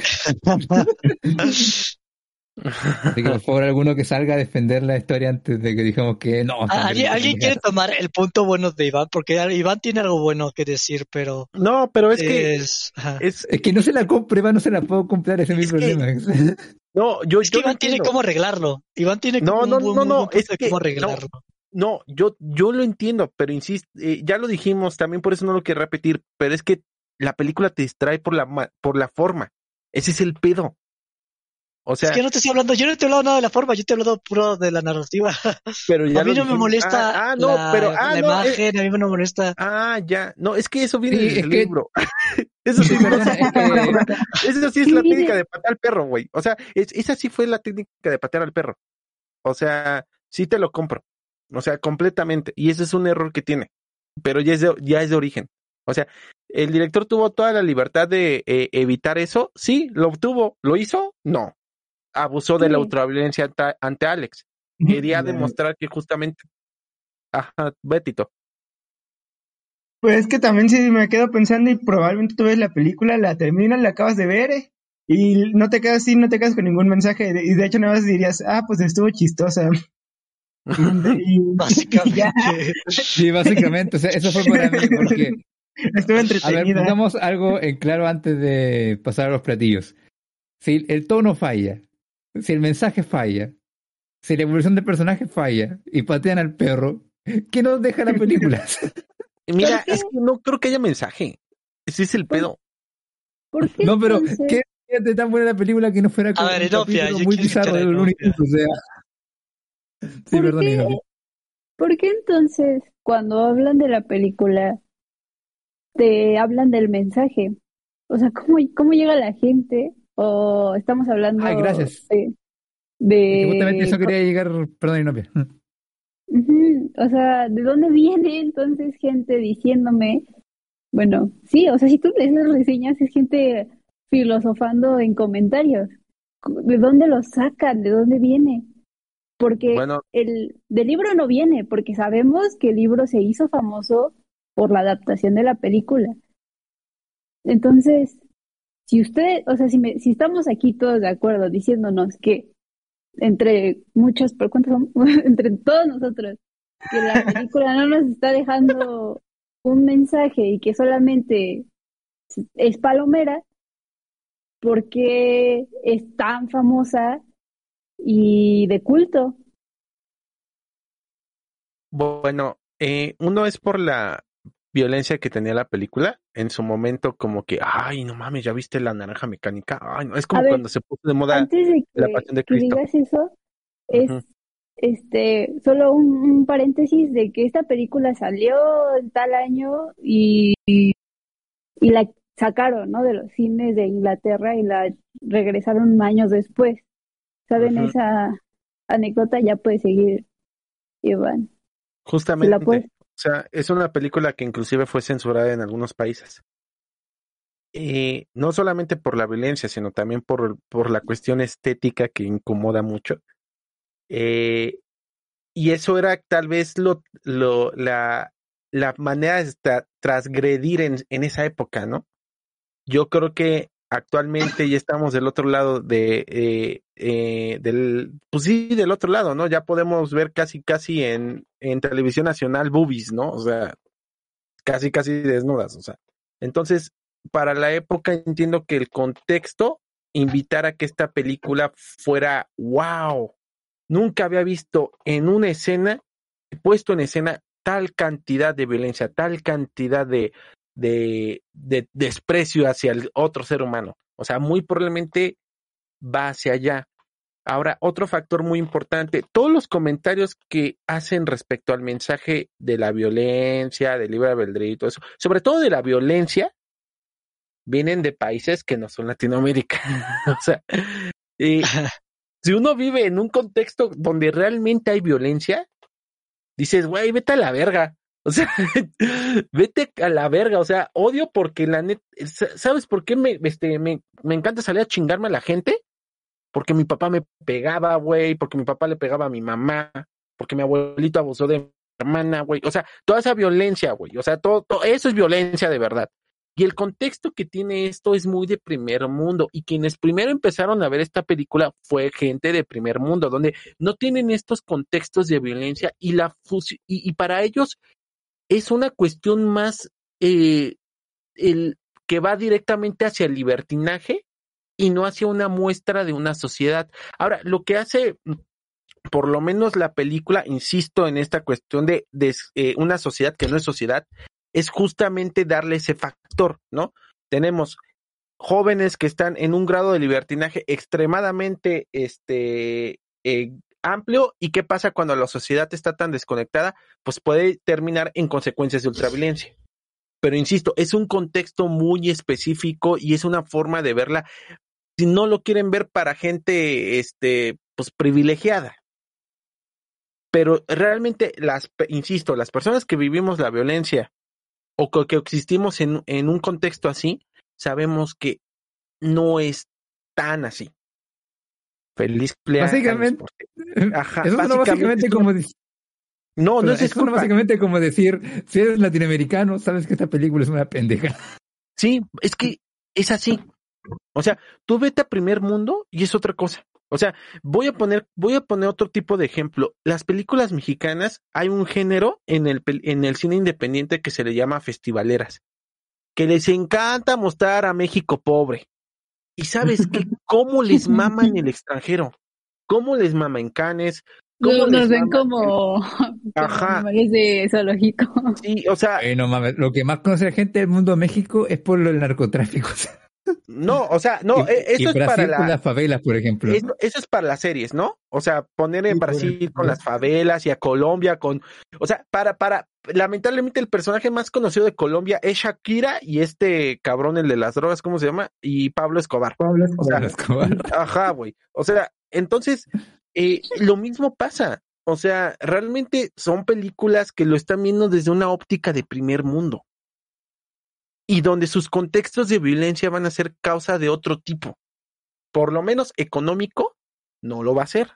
Así que por favor alguno que salga a defender la historia antes de que digamos que no, esta ¿Alguien, película alguien es quiere mierda. tomar el punto bueno de Iván? Porque Iván tiene algo bueno que decir, pero No, pero es que es, ajá. es, Es que no se la compre, va, no se la puedo comprar, ese es mi es que problema. no, yo, Es que yo lo Iván tiene entiendo. cómo arreglarlo. Iván tiene como No, un no, buen, no, muy no, buen es punto de que cómo no, arreglarlo. no, yo, yo lo entiendo, pero insisto, eh, ya lo dijimos, también por eso no lo quiero repetir, pero es que la película te distrae por la ma- por la forma. Ese es el pedo. O Es que sea, yo no te estoy hablando, yo no te he hablado nada de la forma, yo te he hablado puro de la narrativa. pero A ya mí lo no me dijimos. Ah, molesta ah, no, pero, la, ah, la no, eh, imagen, a mí no me molesta. ah, ya, no, es que eso viene Sí, desde es el que, libro. Eso sí, sí, no perdona, sé. es que, Eso sí es la técnica de patear al perro, güey. O sea, es, esa sí fue la técnica de patear al perro. O sea, sí te lo compro. O sea, completamente. Y ese es un error que tiene. Pero ya es de, ya es de origen. O sea, el director tuvo toda la libertad de eh, evitar eso. Sí, lo obtuvo. ¿Lo hizo? No. Abusó de la Sí, ultraviolencia ante, ante Alex. Quería demostrar que justamente. Ajá, Betito. Pues es que también sí me quedo pensando y probablemente tú ves la película, la terminas, la acabas de ver eh, y no te quedas así, no te quedas con ningún mensaje de- y de hecho nada más dirías, ah, pues estuvo chistosa y, y- y ya, Básicamente. sí, básicamente, o sea, eso fue para mí, porque, estuvo a ver, entretenida. pongamos algo en claro antes de pasar a los platillos. Si el tono falla, si el mensaje falla, si la evolución del personaje falla y patean al perro, ¿qué nos deja la película? Mira, ¿por qué? es que no creo que haya mensaje. Ese es el ¿Por, pedo. por qué No, pero entonces? ¿qué de tan buena la película que no fuera A como ver, un Inopia, capítulo yo muy quiero bizarro escuchar a de Looney Inopia. Tunes? O sea, sí, ¿Por perdón, qué? Inopia. ¿Por qué entonces cuando hablan de la película te hablan del mensaje? O sea, ¿cómo, cómo llega la gente? O estamos Ay, hablando gracias. de, Es que justamente de eso quería llegar, perdón, Inopia. Ujú. O sea, ¿de dónde viene entonces gente diciéndome? Bueno, sí, o sea, si tú lees las reseñas es gente filosofando en comentarios. ¿De dónde lo sacan? ¿De dónde viene? Porque Bueno, el del libro no viene, porque sabemos que el libro se hizo famoso por la adaptación de la película. Entonces, si usted, o sea, si me, si estamos aquí todos de acuerdo diciéndonos que entre muchos, ¿por cuántos somos? Entre todos nosotros, que la película no nos está dejando un mensaje y que solamente es palomera, porque es tan famosa y de culto. bueno, eh, uno es por la violencia que tenía la película. En su momento, como que, ay, no mames, ¿ya viste la naranja mecánica? Ay, no, es A como ver, cuando se puso de moda antes de la que, pasión de que Cristo. digas eso, es Ujú. este solo un, un paréntesis de que esta película salió en tal año y, y la sacaron, ¿no? De los cines de Inglaterra y la regresaron años después. ¿Saben Ujú. esa anécdota? Ya puede seguir, Iván. Si la Justamente. puedes. O sea, es una película que inclusive fue censurada en algunos países. Eh, no solamente por la violencia, sino también por, por la cuestión estética que incomoda mucho. Eh, y eso era tal vez lo, lo, la, la manera de tra- transgredir en, en esa época, ¿no? Yo creo que actualmente ya estamos del otro lado de, eh, eh, del, pues sí, del otro lado, ¿no? Ya podemos ver casi, casi en, en televisión nacional boobies, ¿no? O sea, casi, casi desnudas, o sea. Entonces, para la época entiendo que el contexto invitara a que esta película fuera, wow, nunca había visto en una escena, puesto en escena tal cantidad de violencia, tal cantidad de, de, de desprecio hacia el otro ser humano. O sea, muy probablemente va hacia allá. Ahora, otro factor muy importante, todos los comentarios que hacen respecto al mensaje de la violencia, del libre albedrío y todo eso, sobre todo de la violencia, vienen de países que no son Latinoamérica. O sea, eh, si uno vive en un contexto donde realmente hay violencia, dices, güey, vete a la verga. O sea, vete a la verga. O sea, odio porque la neta, ¿sabes por qué me, este, me, me encanta salir a chingarme a la gente? Porque mi papá me pegaba, güey, porque mi papá le pegaba a mi mamá, porque mi abuelito abusó de mi hermana, güey. O sea, toda esa violencia, güey. O sea, todo, todo eso es violencia de verdad. Y el contexto que tiene esto es muy de primer mundo. Y quienes primero empezaron a ver esta película fue gente de primer mundo, donde no tienen estos contextos de violencia y la fusi- y, y para ellos es una cuestión más eh, el que va directamente hacia el libertinaje y no hacia una muestra de una sociedad. Ahora, lo que hace, por lo menos la película, insisto en esta cuestión de, de eh, una sociedad que no es sociedad, es justamente darle ese factor, ¿no? Tenemos jóvenes que están en un grado de libertinaje extremadamente este, eh, amplio, y qué pasa cuando la sociedad está tan desconectada, pues puede terminar en consecuencias de ultraviolencia. Pero insisto, es un contexto muy específico y es una forma de verla, si no lo quieren ver para gente este, pues privilegiada. Pero realmente, las, insisto, las personas que vivimos la violencia o que, que existimos en, en un contexto así, sabemos que no es tan así. Feliz cumpleaños. Básicamente, porque, ajá, eso básicamente, básicamente es como una, decir, no, no es eso disculpa. básicamente como decir, si eres latinoamericano, sabes que esta película es una pendeja. Sí, es que es así. O sea, tú vete a primer mundo y es otra cosa. O sea, voy a poner, voy a poner otro tipo de ejemplo. Las películas mexicanas, hay un género en el, en el cine independiente que se le llama festivaleras, que les encanta mostrar a México pobre. Y sabes qué, cómo les mama en el extranjero, cómo les mama en Cannes, cómo Nos, les nos ven mama como, en... como Ajá. animales de zoológico. Sí, o sea, Ay, no mames, lo que más conoce la gente del mundo de México es por el narcotráfico. no, o sea, no, y, eh, y eso es Brasil para por la, las favelas, por ejemplo. eso, eso es para las series, ¿no? O sea, poner en Sí, Brasil por con las favelas y a Colombia con, o sea, para, para, lamentablemente el personaje más conocido de Colombia es Shakira y este cabrón, el de las drogas, ¿cómo se llama? Y Pablo Escobar. Pablo O sea, Escobar. Escobar. ajá, güey. O sea, entonces, eh, lo mismo pasa. O sea, realmente son películas que lo están viendo desde una óptica de primer mundo. Y donde sus contextos de violencia van a ser causa de otro tipo. Por lo menos económico, no lo va a ser.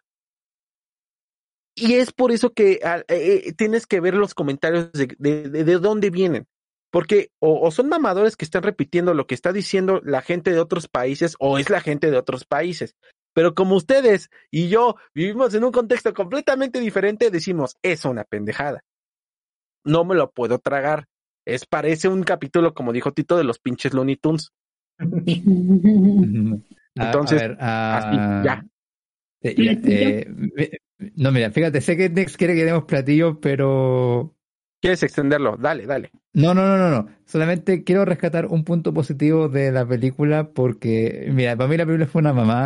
Y es por eso que eh, eh, tienes que ver los comentarios de, de, de, de dónde vienen. Porque o, o son mamadores que están repitiendo lo que está diciendo la gente de otros países, o es la gente de otros países. Pero como ustedes y yo vivimos en un contexto completamente diferente, decimos, es una pendejada. No me lo puedo tragar. Es, parece un capítulo, como dijo Tito, de los pinches Looney Tunes. Entonces, a, a ver, así, a... ya. Eh, ya, eh, no, mira, fíjate, sé que Nex quiere que demos platillos, pero... ¿Quieres extenderlo? Dale, dale. No, no, no, no, no. Solamente quiero rescatar un punto positivo de la película porque, mira, para mí la película fue una mamada.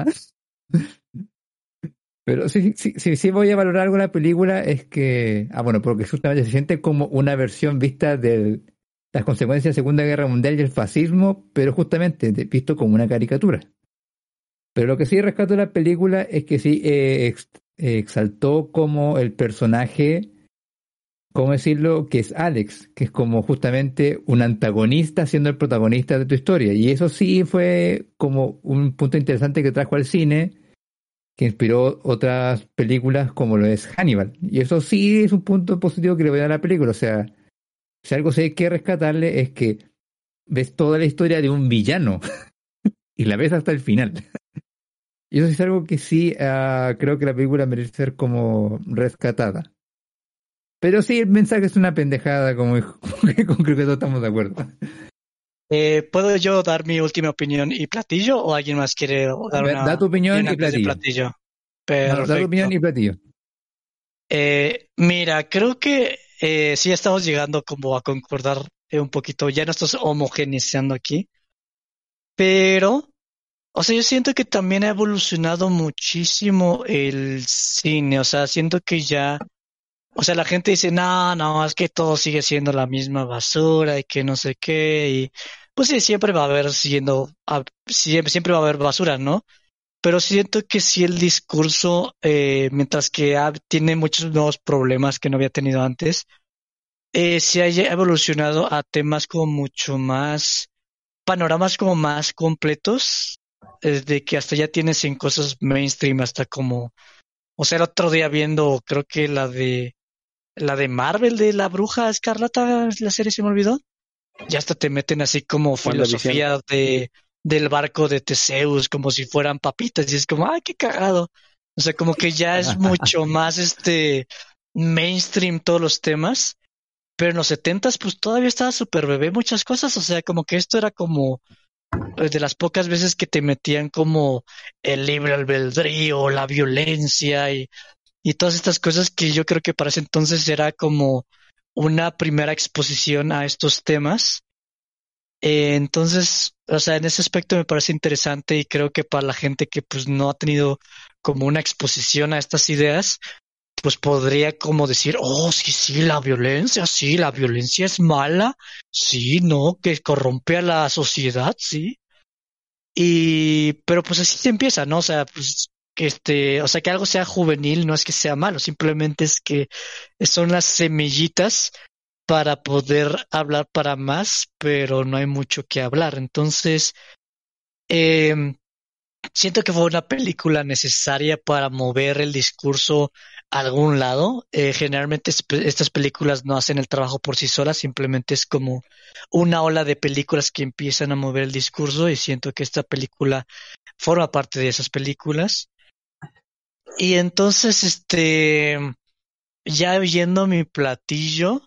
Pero sí, sí, sí, sí voy a valorar algo de la película es que, ah, bueno, porque justamente se siente como una versión vista de las consecuencias de la Segunda Guerra Mundial y el fascismo, pero justamente de- visto como una caricatura. Pero lo que sí rescato de la película es que sí eh, ex- eh, exaltó como el personaje, ¿cómo decirlo? Que es Alex, que es como justamente un antagonista siendo el protagonista de tu historia. Y eso sí fue como un punto interesante que trajo al cine, que inspiró otras películas como lo es Hannibal. Y eso sí es un punto positivo que le voy a dar a la película. O sea, si algo sí hay que rescatarle es que ves toda la historia de un villano y la ves hasta el final. Y eso sí es algo que sí uh, creo que la película merece ser como rescatada. Pero sí, el mensaje es una pendejada, como, como que con creo que todos estamos de acuerdo. Eh, ¿Puedo yo dar mi última opinión y platillo o alguien más quiere dar Ver, una da tu opinión y antes de platillo. platillo? No, da tu opinión Perfecto. y platillo. Eh, mira, creo que eh, sí estamos llegando como a concordar eh, un poquito, ya no estás homogeneizando aquí, pero, o sea, yo siento que también ha evolucionado muchísimo el cine, o sea, siento que ya, o sea, la gente dice, no, no, es que todo sigue siendo la misma basura y que no sé qué, y pues sí, siempre va a haber siendo, a- siempre, siempre va a haber basura, ¿no? Pero siento que sí el discurso, eh, mientras que ha- tiene muchos nuevos problemas que no había tenido antes, eh, se haya evolucionado a temas como mucho más, panoramas como más completos, desde que hasta ya tienes en cosas mainstream, hasta como, o sea, el otro día viendo, creo que la de, la de Marvel, de la Bruja Escarlata, la serie se me olvidó, ya hasta te meten así como WandaVision. filosofía de, del barco de Teseus, como si fueran papitas, y es como, ay, qué cagado. O sea, como que ya es mucho más este mainstream todos los temas. Pero en los setentas, pues todavía estaba súper bebé muchas cosas. O sea, como que esto era como eh, de las pocas veces que te metían como el libre albedrío, la violencia y, y todas estas cosas que yo creo que para ese entonces era como una primera exposición a estos temas. Eh, entonces, o sea, en ese aspecto me parece interesante y creo que para la gente que pues no ha tenido como una exposición a estas ideas, pues podría como decir, oh, sí, sí, la violencia, sí, la violencia es mala, sí, no, que corrompe a la sociedad, sí. Y, pero pues así se empieza, ¿no? O sea, pues que este, o sea, que algo sea juvenil no es que sea malo, simplemente es que son las semillitas para poder hablar para más, pero no hay mucho que hablar. Entonces, eh, siento que fue una película necesaria para mover el discurso a algún lado. Eh, generalmente esp- estas películas no hacen el trabajo por sí solas, simplemente es como una ola de películas que empiezan a mover el discurso y siento que esta película forma parte de esas películas. Y entonces, este, ya viendo mi platillo,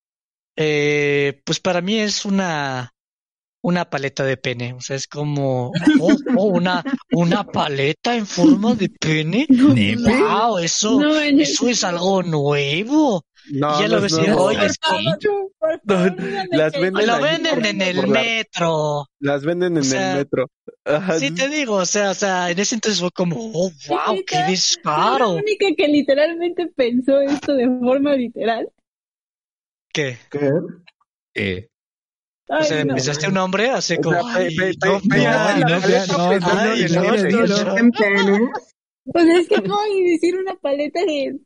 eh, pues para mí es una una paleta de pene. O sea, es como, oh, oh, una, una paleta en forma de pene. No, ¿Nepe? Wow, eso, no eso manches. es algo nuevo. Y No, ya no lo es ves y, nuevo. oye, Por sí, favor, no, por No, favor, díganme las que venden lo allí venden por, en el por la, metro. las venden O en el sea, metro. Ajá, sí te digo, o sea, o sea, en ese entonces fue como, oh, wow, qué neta, soy la descaro. única que literalmente pensó esto de forma literal. ¿Qué? ¿Qué? Eh, O Ay, sea, no. pensaste un hombre, así o como, sea, pe, pe, ay, pe, no, pegaste Inopia, y la no, vea- paleta no, pensando dilo, ay, en dilo, el Inopia, dilo. yo. En pene. O sea, es que acabo de decir una paleta de...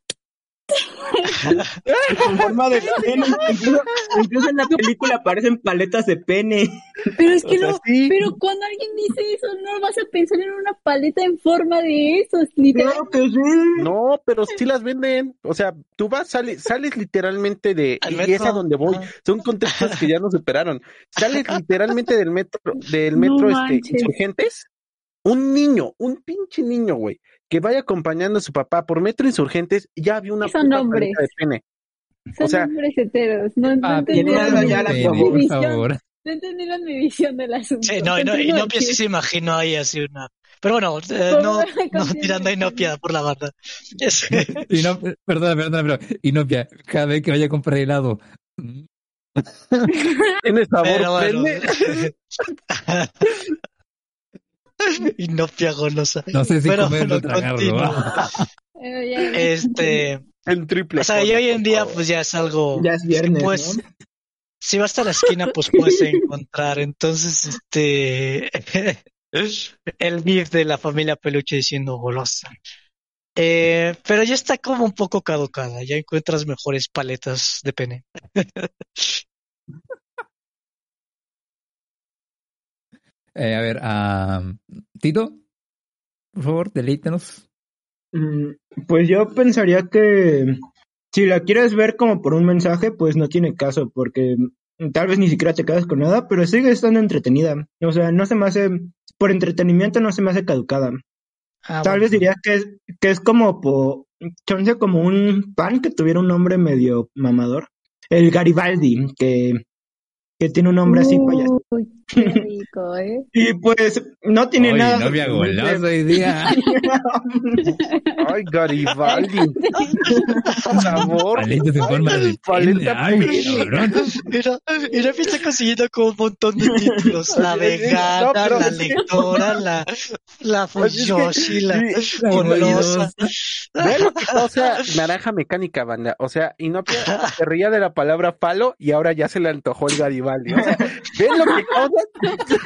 Con forma de pene. Incluso, incluso en la película aparecen paletas de pene. Pero es O que sea, no, sí, pero cuando alguien dice eso, no vas a pensar en una paleta en forma de eso, literal. claro que sí. No, pero sí las venden. O sea, tú vas, sales, sales literalmente de, Al y es a metro. donde voy. Ajá. Son contextos que ya nos superaron. Sales literalmente del metro, del No metro, este, manches. Insurgentes. Un niño, un pinche niño, güey, que vaya acompañando a su papá por metro Insurgentes, ya vio una Son puta hombres, paleta de pene. O son sea, hombres heteros, no, no Papi, Y entendieron eso ponme ya un la mi, pene, mi probó. por visión, favor. no entendieron mi visión del Sí, asunto. no, y no, Continúa, Inopia sí Chio. se imaginó ahí así una. Pero bueno, eh, Por no, favor, no continúa, tirando a Chio. Inopia por la banda. Es- Y no, perdona, perdona, pero Inopia, cada vez que vaya a comprar helado, mm, tiene sabor Pero bueno, pene. Inopia golosa. no sé si Pero comerlo o bueno, tragarlo. continúo. Bueno, ya, ya, continúa. Este, En o triple sea, y cono, hoy por en día favor. pues ya es algo, Ya es sí viernes, ¿no? pues, si vas a la esquina pues puedes encontrar. Entonces, este, el gif de la familia Peluche diciendo golosa. Eh, pero ya está como un poco caducada, ya encuentras mejores paletas de pene. Eh, a ver, ah, Tito, por favor, deleítanos. Mm, Pues yo pensaría que si la quieres ver como por un mensaje, pues no tiene caso, porque tal vez ni siquiera te quedas con nada, pero sigue estando entretenida. O sea, no se me hace, por entretenimiento no se me hace caducada. Ah, Tal bueno. vez diría que es, que es como po, chance como un pan que tuviera un nombre medio mamador. El Garibaldi, que, que tiene un nombre así payasito. Uy, Qué rico, ¿eh? Y pues no tiene Oye, nada. no me hago goloso hoy día. Ay, Garibaldi. Por favor. Paletas en forma de Paleta pene. Ay, pene. cabrón. Mira, mira, me está consiguiendo como un montón de títulos. La vegana, No, pero la es que- lectora, la, la Fuyoshi, la La golosa. Ve lo que causa naranja mecánica, banda. O sea, Inopia se reía de la palabra palo y ahora ya se le antojó el Garibaldi. O sea, ¿ven lo que causa?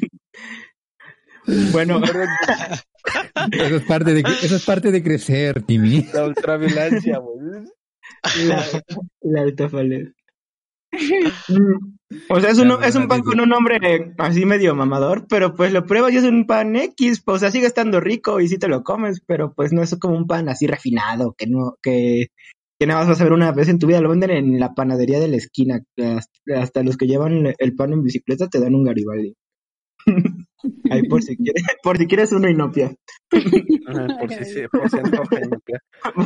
Bueno, Eso es parte de, eso es parte de crecer, Timmy. La ultraviolencia, güey. la, la altafalez. Mm, O sea, es un, es un pan con un nombre así medio mamador, pero pues lo pruebas y es un pan X, pues, o sea, sigue estando rico y sí te lo comes, pero pues no es como un pan así refinado, que no, que, que nada más vas a ver una vez en tu vida, lo venden en la panadería de la esquina, hasta, hasta los que llevan el pan en bicicleta te dan un Garibaldi. Ahí por si quieres, por si quieres uno Inopia. Ajá, por si se, por si antoja, Inopia.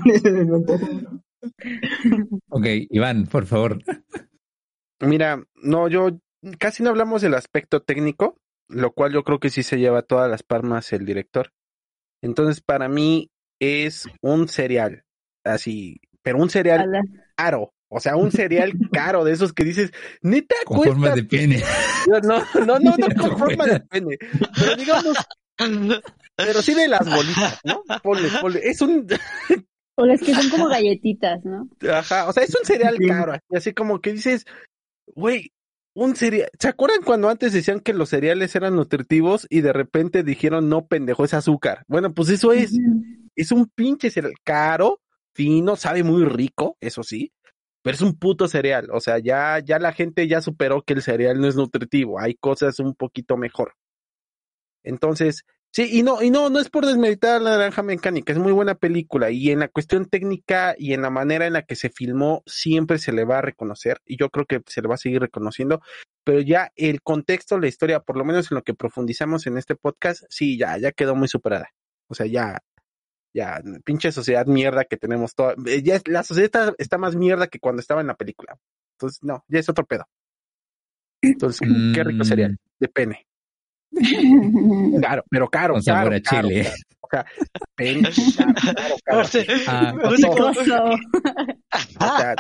Ok, Iván, por favor. Mira, no, yo casi no hablamos del aspecto técnico, lo cual yo creo que sí se lleva todas las palmas el director. Entonces, para mí es un cereal, así, pero un cereal Ala. caro, o sea, un cereal caro de esos que dices, neta Con cuesta. formas de pene. No, no, no, no con forma de pene, pero digamos, pero sí de las bolitas, ¿no? Ponle, ponle, es un, O las que son como galletitas, ¿no? ajá, o sea, es un cereal caro, así, así como que dices, güey, un cereal. ¿Se acuerdan cuando antes decían que los cereales eran nutritivos y de repente dijeron, no, pendejo, es azúcar? Bueno, pues eso es. Ujú. Es un pinche cereal caro, fino, sabe muy rico, eso sí, pero es un puto cereal. O sea, ya, ya la gente ya superó que el cereal no es nutritivo. Hay cosas un poquito mejor. Entonces, sí, y no, y no, no es por desmeritar la Naranja Mecánica, es muy buena película, y en la cuestión técnica y en la manera en la que se filmó, siempre se le va a reconocer, y yo creo que se le va a seguir reconociendo, pero ya el contexto, la historia, por lo menos en lo que profundizamos en este podcast, sí, ya, ya quedó muy superada. O sea, ya, ya, pinche sociedad mierda que tenemos toda, ya es- la sociedad está, está más mierda que cuando estaba en la película. Entonces, no, ya es otro pedo. Entonces, Mm. qué rico cereal, de pene. Caro, pero caro, Con sabor caro, a caro, chile. caro. O sea, pene, caro, caro, caro. Aparte, Ah, me gusta cómo- Oso. O sea,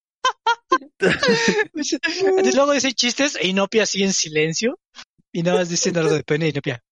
Entonces luego dicen chistes e Inopia así en silencio y nada más dicen algo de pene y Inopia.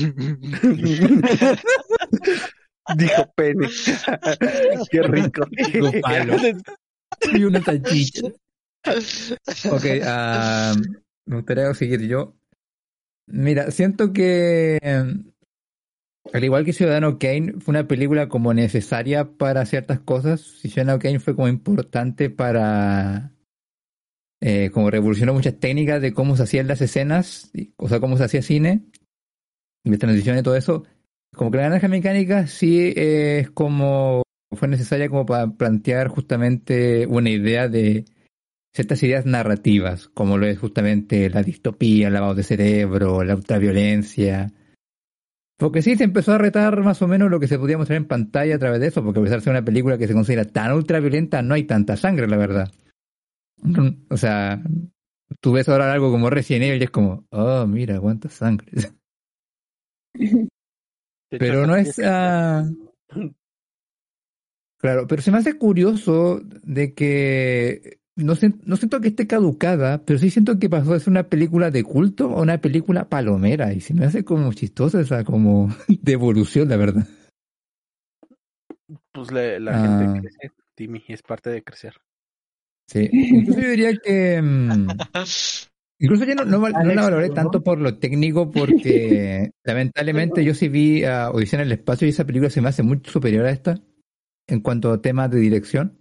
dijo pene. Qué rico. Dijo palo. Y una salchicha. Ok, ah, me gustaría seguir yo. Mira, siento que, eh, al igual que Ciudadano Kane, fue una película como necesaria para ciertas cosas. Ciudadano Kane fue como importante para, eh, como revolucionó muchas técnicas de cómo se hacían las escenas, y- o sea, cómo se hacía cine, y de transición y todo eso. Como que la Naranja Mecánica sí eh, es como, fue necesaria como para plantear justamente una idea de ciertas ideas narrativas, como lo es justamente la distopía, el lavado de cerebro, la ultraviolencia. Porque sí, se empezó a retar más o menos lo que se podía mostrar en pantalla a través de eso, porque a pesar de ser una película que se considera tan ultraviolenta, no hay tanta sangre, la verdad. O sea, tú ves ahora algo como Resident Evil y es como, oh, mira, cuánta sangre. Pero no es... ah, Claro, pero se me hace curioso de que no, sien- no siento que esté caducada, pero sí siento que pasó de ser una película de culto a una película palomera y se me hace como chistosa esa como devolución, la verdad. Pues la, la Ah. gente crece, Timmy, es parte de crecer. Sí, incluso yo diría que mm, incluso yo no, no, val- no Alex, la valoré ¿no? tanto por lo técnico porque lamentablemente yo sí vi a Odisea en el espacio y esa película se me hace muy superior a esta en cuanto a temas de dirección.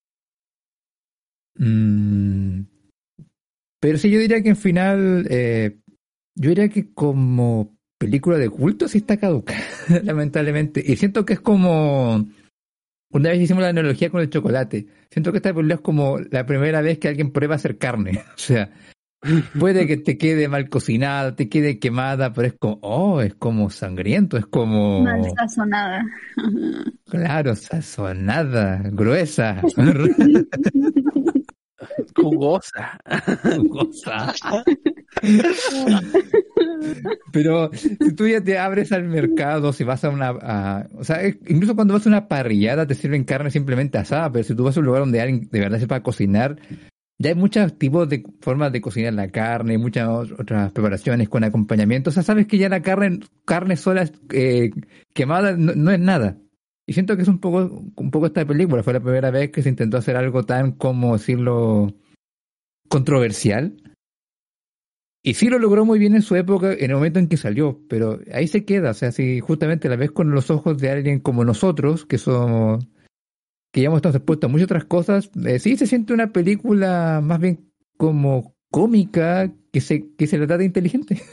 Mm, pero sí, yo diría que en final, eh, yo diría que como película de culto sí está caduca, lamentablemente. Y siento que es como, una vez hicimos la analogía con el chocolate, siento que esta película es como la primera vez que alguien prueba hacer carne. O sea, puede que te quede mal cocinada, te quede quemada, pero es como, oh, es como sangriento, es como, Mal sazonada. claro, sazonada, gruesa. Jugosa. Jugosa. Pero si tú ya te abres al mercado, si vas a una... a- o sea, es- incluso cuando vas a una parrillada te sirven carne simplemente asada, pero si tú vas a un lugar donde alguien de verdad sepa cocinar, ya hay muchos tipos de formas de cocinar la carne, muchas o- otras preparaciones con acompañamiento. O sea, sabes que ya la carne, carne sola eh, quemada no, no es nada. Y siento que es un poco, un poco esta película. Fue la primera vez que se intentó hacer algo tan, como decirlo, controversial. Y sí lo logró muy bien en su época, en el momento en que salió, pero ahí se queda. O sea, si justamente la ves con los ojos de alguien como nosotros, que somos, que ya hemos estado expuestos a muchas otras cosas, eh, sí se siente una película más bien como cómica que se, que se la trata de inteligente.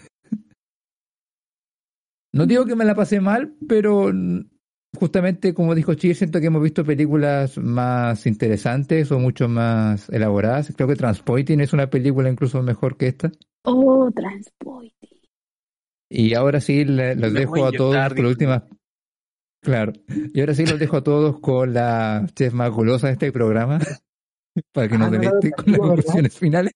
No digo que me la pasé mal, pero mm, justamente como dijo Chi, siento que hemos visto películas más interesantes o mucho más elaboradas. Creo que Transpoiting es una película incluso mejor que esta. Oh, Transporte. Y ahora sí le- los Me voy dejo a a todos inyectar, con la dijo. última. Claro. Y ahora sí los dejo a todos con la chef más golosa de este programa para que Ah, nos no era deleite con las contigo, ¿verdad? conclusiones finales.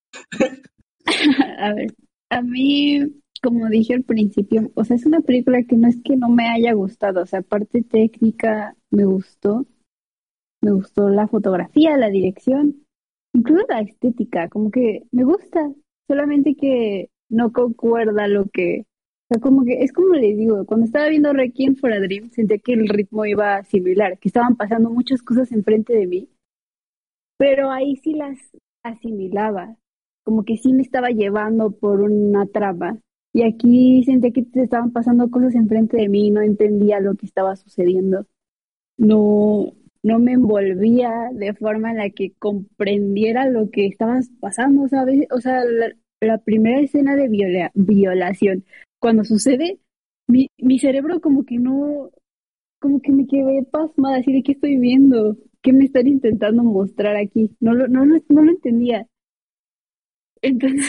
A ver, a mí, como dije al principio, o sea, es una película que no es que no me haya gustado, o sea, parte técnica me gustó, me gustó la fotografía, la dirección, incluso la estética, como que me gusta, solamente que no concuerda lo que, o sea, como que es como les digo, cuando estaba viendo Requiem for a Dream, sentía que el ritmo iba similar, que estaban pasando muchas cosas enfrente de mí, pero ahí sí las asimilaba, como que sí me estaba llevando por una trama. Y aquí sentía que te estaban pasando cosas enfrente de mí y no entendía lo que estaba sucediendo. No, no me envolvía de forma en la que comprendiera lo que estaba pasando, ¿sabes? O sea, la, la primera escena de viola- violación, cuando sucede, mi, mi cerebro como que no, como que me quedé pasmada, así de qué estoy viendo, qué me están intentando mostrar aquí. No lo, no, lo- no lo entendía. Entonces,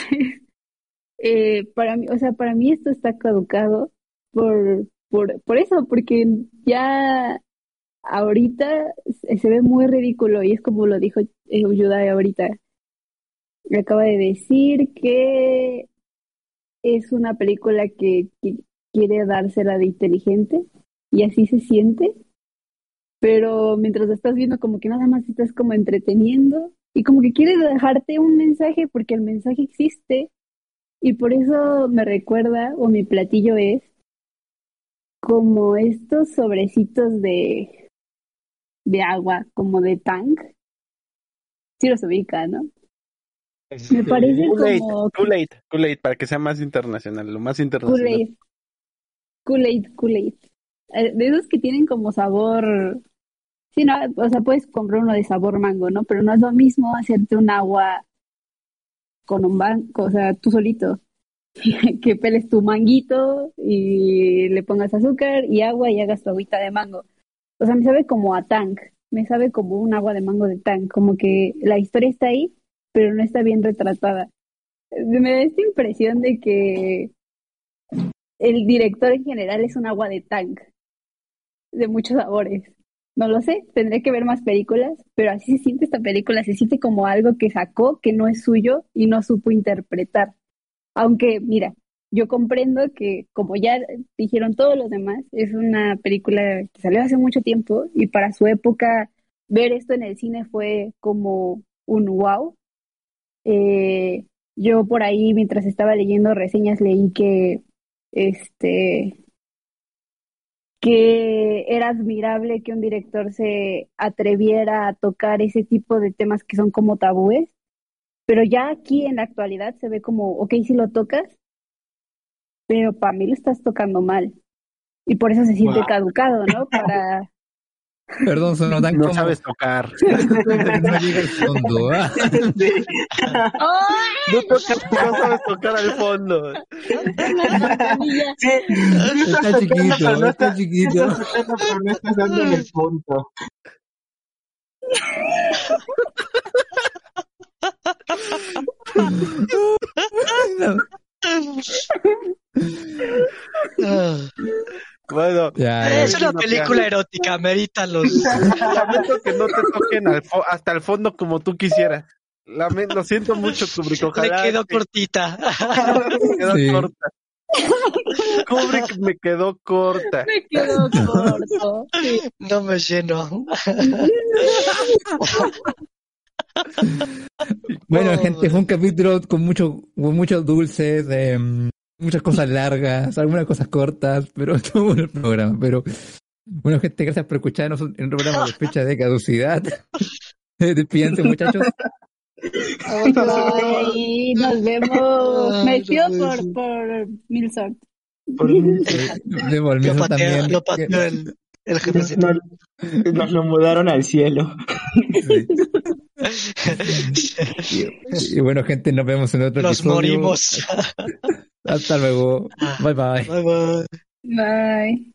eh, para mí, o sea, para mí esto está caducado por, por, por eso, porque ya ahorita se, se ve muy ridículo y es como lo dijo eh, Uyuda ahorita. Me acaba de decir que es una película que, que quiere dársela de inteligente y así se siente, pero mientras la estás viendo como que nada más estás como entreteniendo y como que quiere dejarte un mensaje porque el mensaje existe y por eso me recuerda o mi platillo es como estos sobrecitos de, de agua, como de tank, sí los ubica, ¿no? Me parece Kool-Aid, como Kool-Aid, Kool-Aid, para que sea más internacional, lo más internacional. Kool-Aid, Kool-Aid, Kool-Aid. Eh, De esos que tienen como sabor, sí, no, o sea, puedes comprar uno de sabor mango, ¿no? Pero no es lo mismo hacerte un agua con un banco, o sea, tú solito, que peles tu manguito y le pongas azúcar y agua y hagas tu agüita de mango. O sea, me sabe como a tank, me sabe como un agua de mango de tank, como que la historia está ahí, pero no está bien retratada. Me da esta impresión de que el director en general es un agua de tank, de muchos sabores. No lo sé, tendré que ver más películas, pero así se siente esta película, se siente como algo que sacó, que no es suyo y no supo interpretar. Aunque, mira, yo comprendo que, como ya dijeron todos los demás, es una película que salió hace mucho tiempo y para su época ver esto en el cine fue como un wow. Eh, yo por ahí, mientras estaba leyendo reseñas, leí que este que era admirable que un director se atreviera a tocar ese tipo de temas que son como tabúes, pero ya aquí en la actualidad se ve como, ok, si lo tocas, pero para mí lo estás tocando mal. Y por eso se siente Wow. caducado, ¿no? Para... Perdón, sonó tan No como sabes tocar. como que no llega al fondo. ¿Ah? Sí. No tocas, no sabes tocar al fondo. Sí, sí estás Está tocando, pero chiquito, no está estás, sí chiquito. estás tocando, pero no estás dando en el punto. No. Ah, Bueno, Ya, Es ya. una no te película hagas. erótica, merita los... Lamento que no te toquen al fo- hasta el fondo como tú quisieras. Lame- lo siento mucho, Kubrick. Le Ojalá. quedó que- cortita. me quedó Sí. corta. Kubrick me quedó corta. Me quedó corto. Sí. No me lleno. Bueno, Oh, gente, fue un capítulo con mucho, con muchos dulces, eh, muchas cosas largas, algunas cosas cortas, pero estuvo bueno el programa. Pero bueno, gente, gracias por escucharnos en un programa de fecha de caducidad. Despídense, muchachos. Ay, nos vemos. Me Ay, despido no puede por, ser. por Milsort. Por- De Lo Volmizo pateó, también. lo pateó el, el jefecito. No- nos lo mudaron al cielo. Sí. Y, y bueno, gente, nos vemos en otro Nos episodio. morimos. Hasta luego. Bye bye. Bye bye. Bye.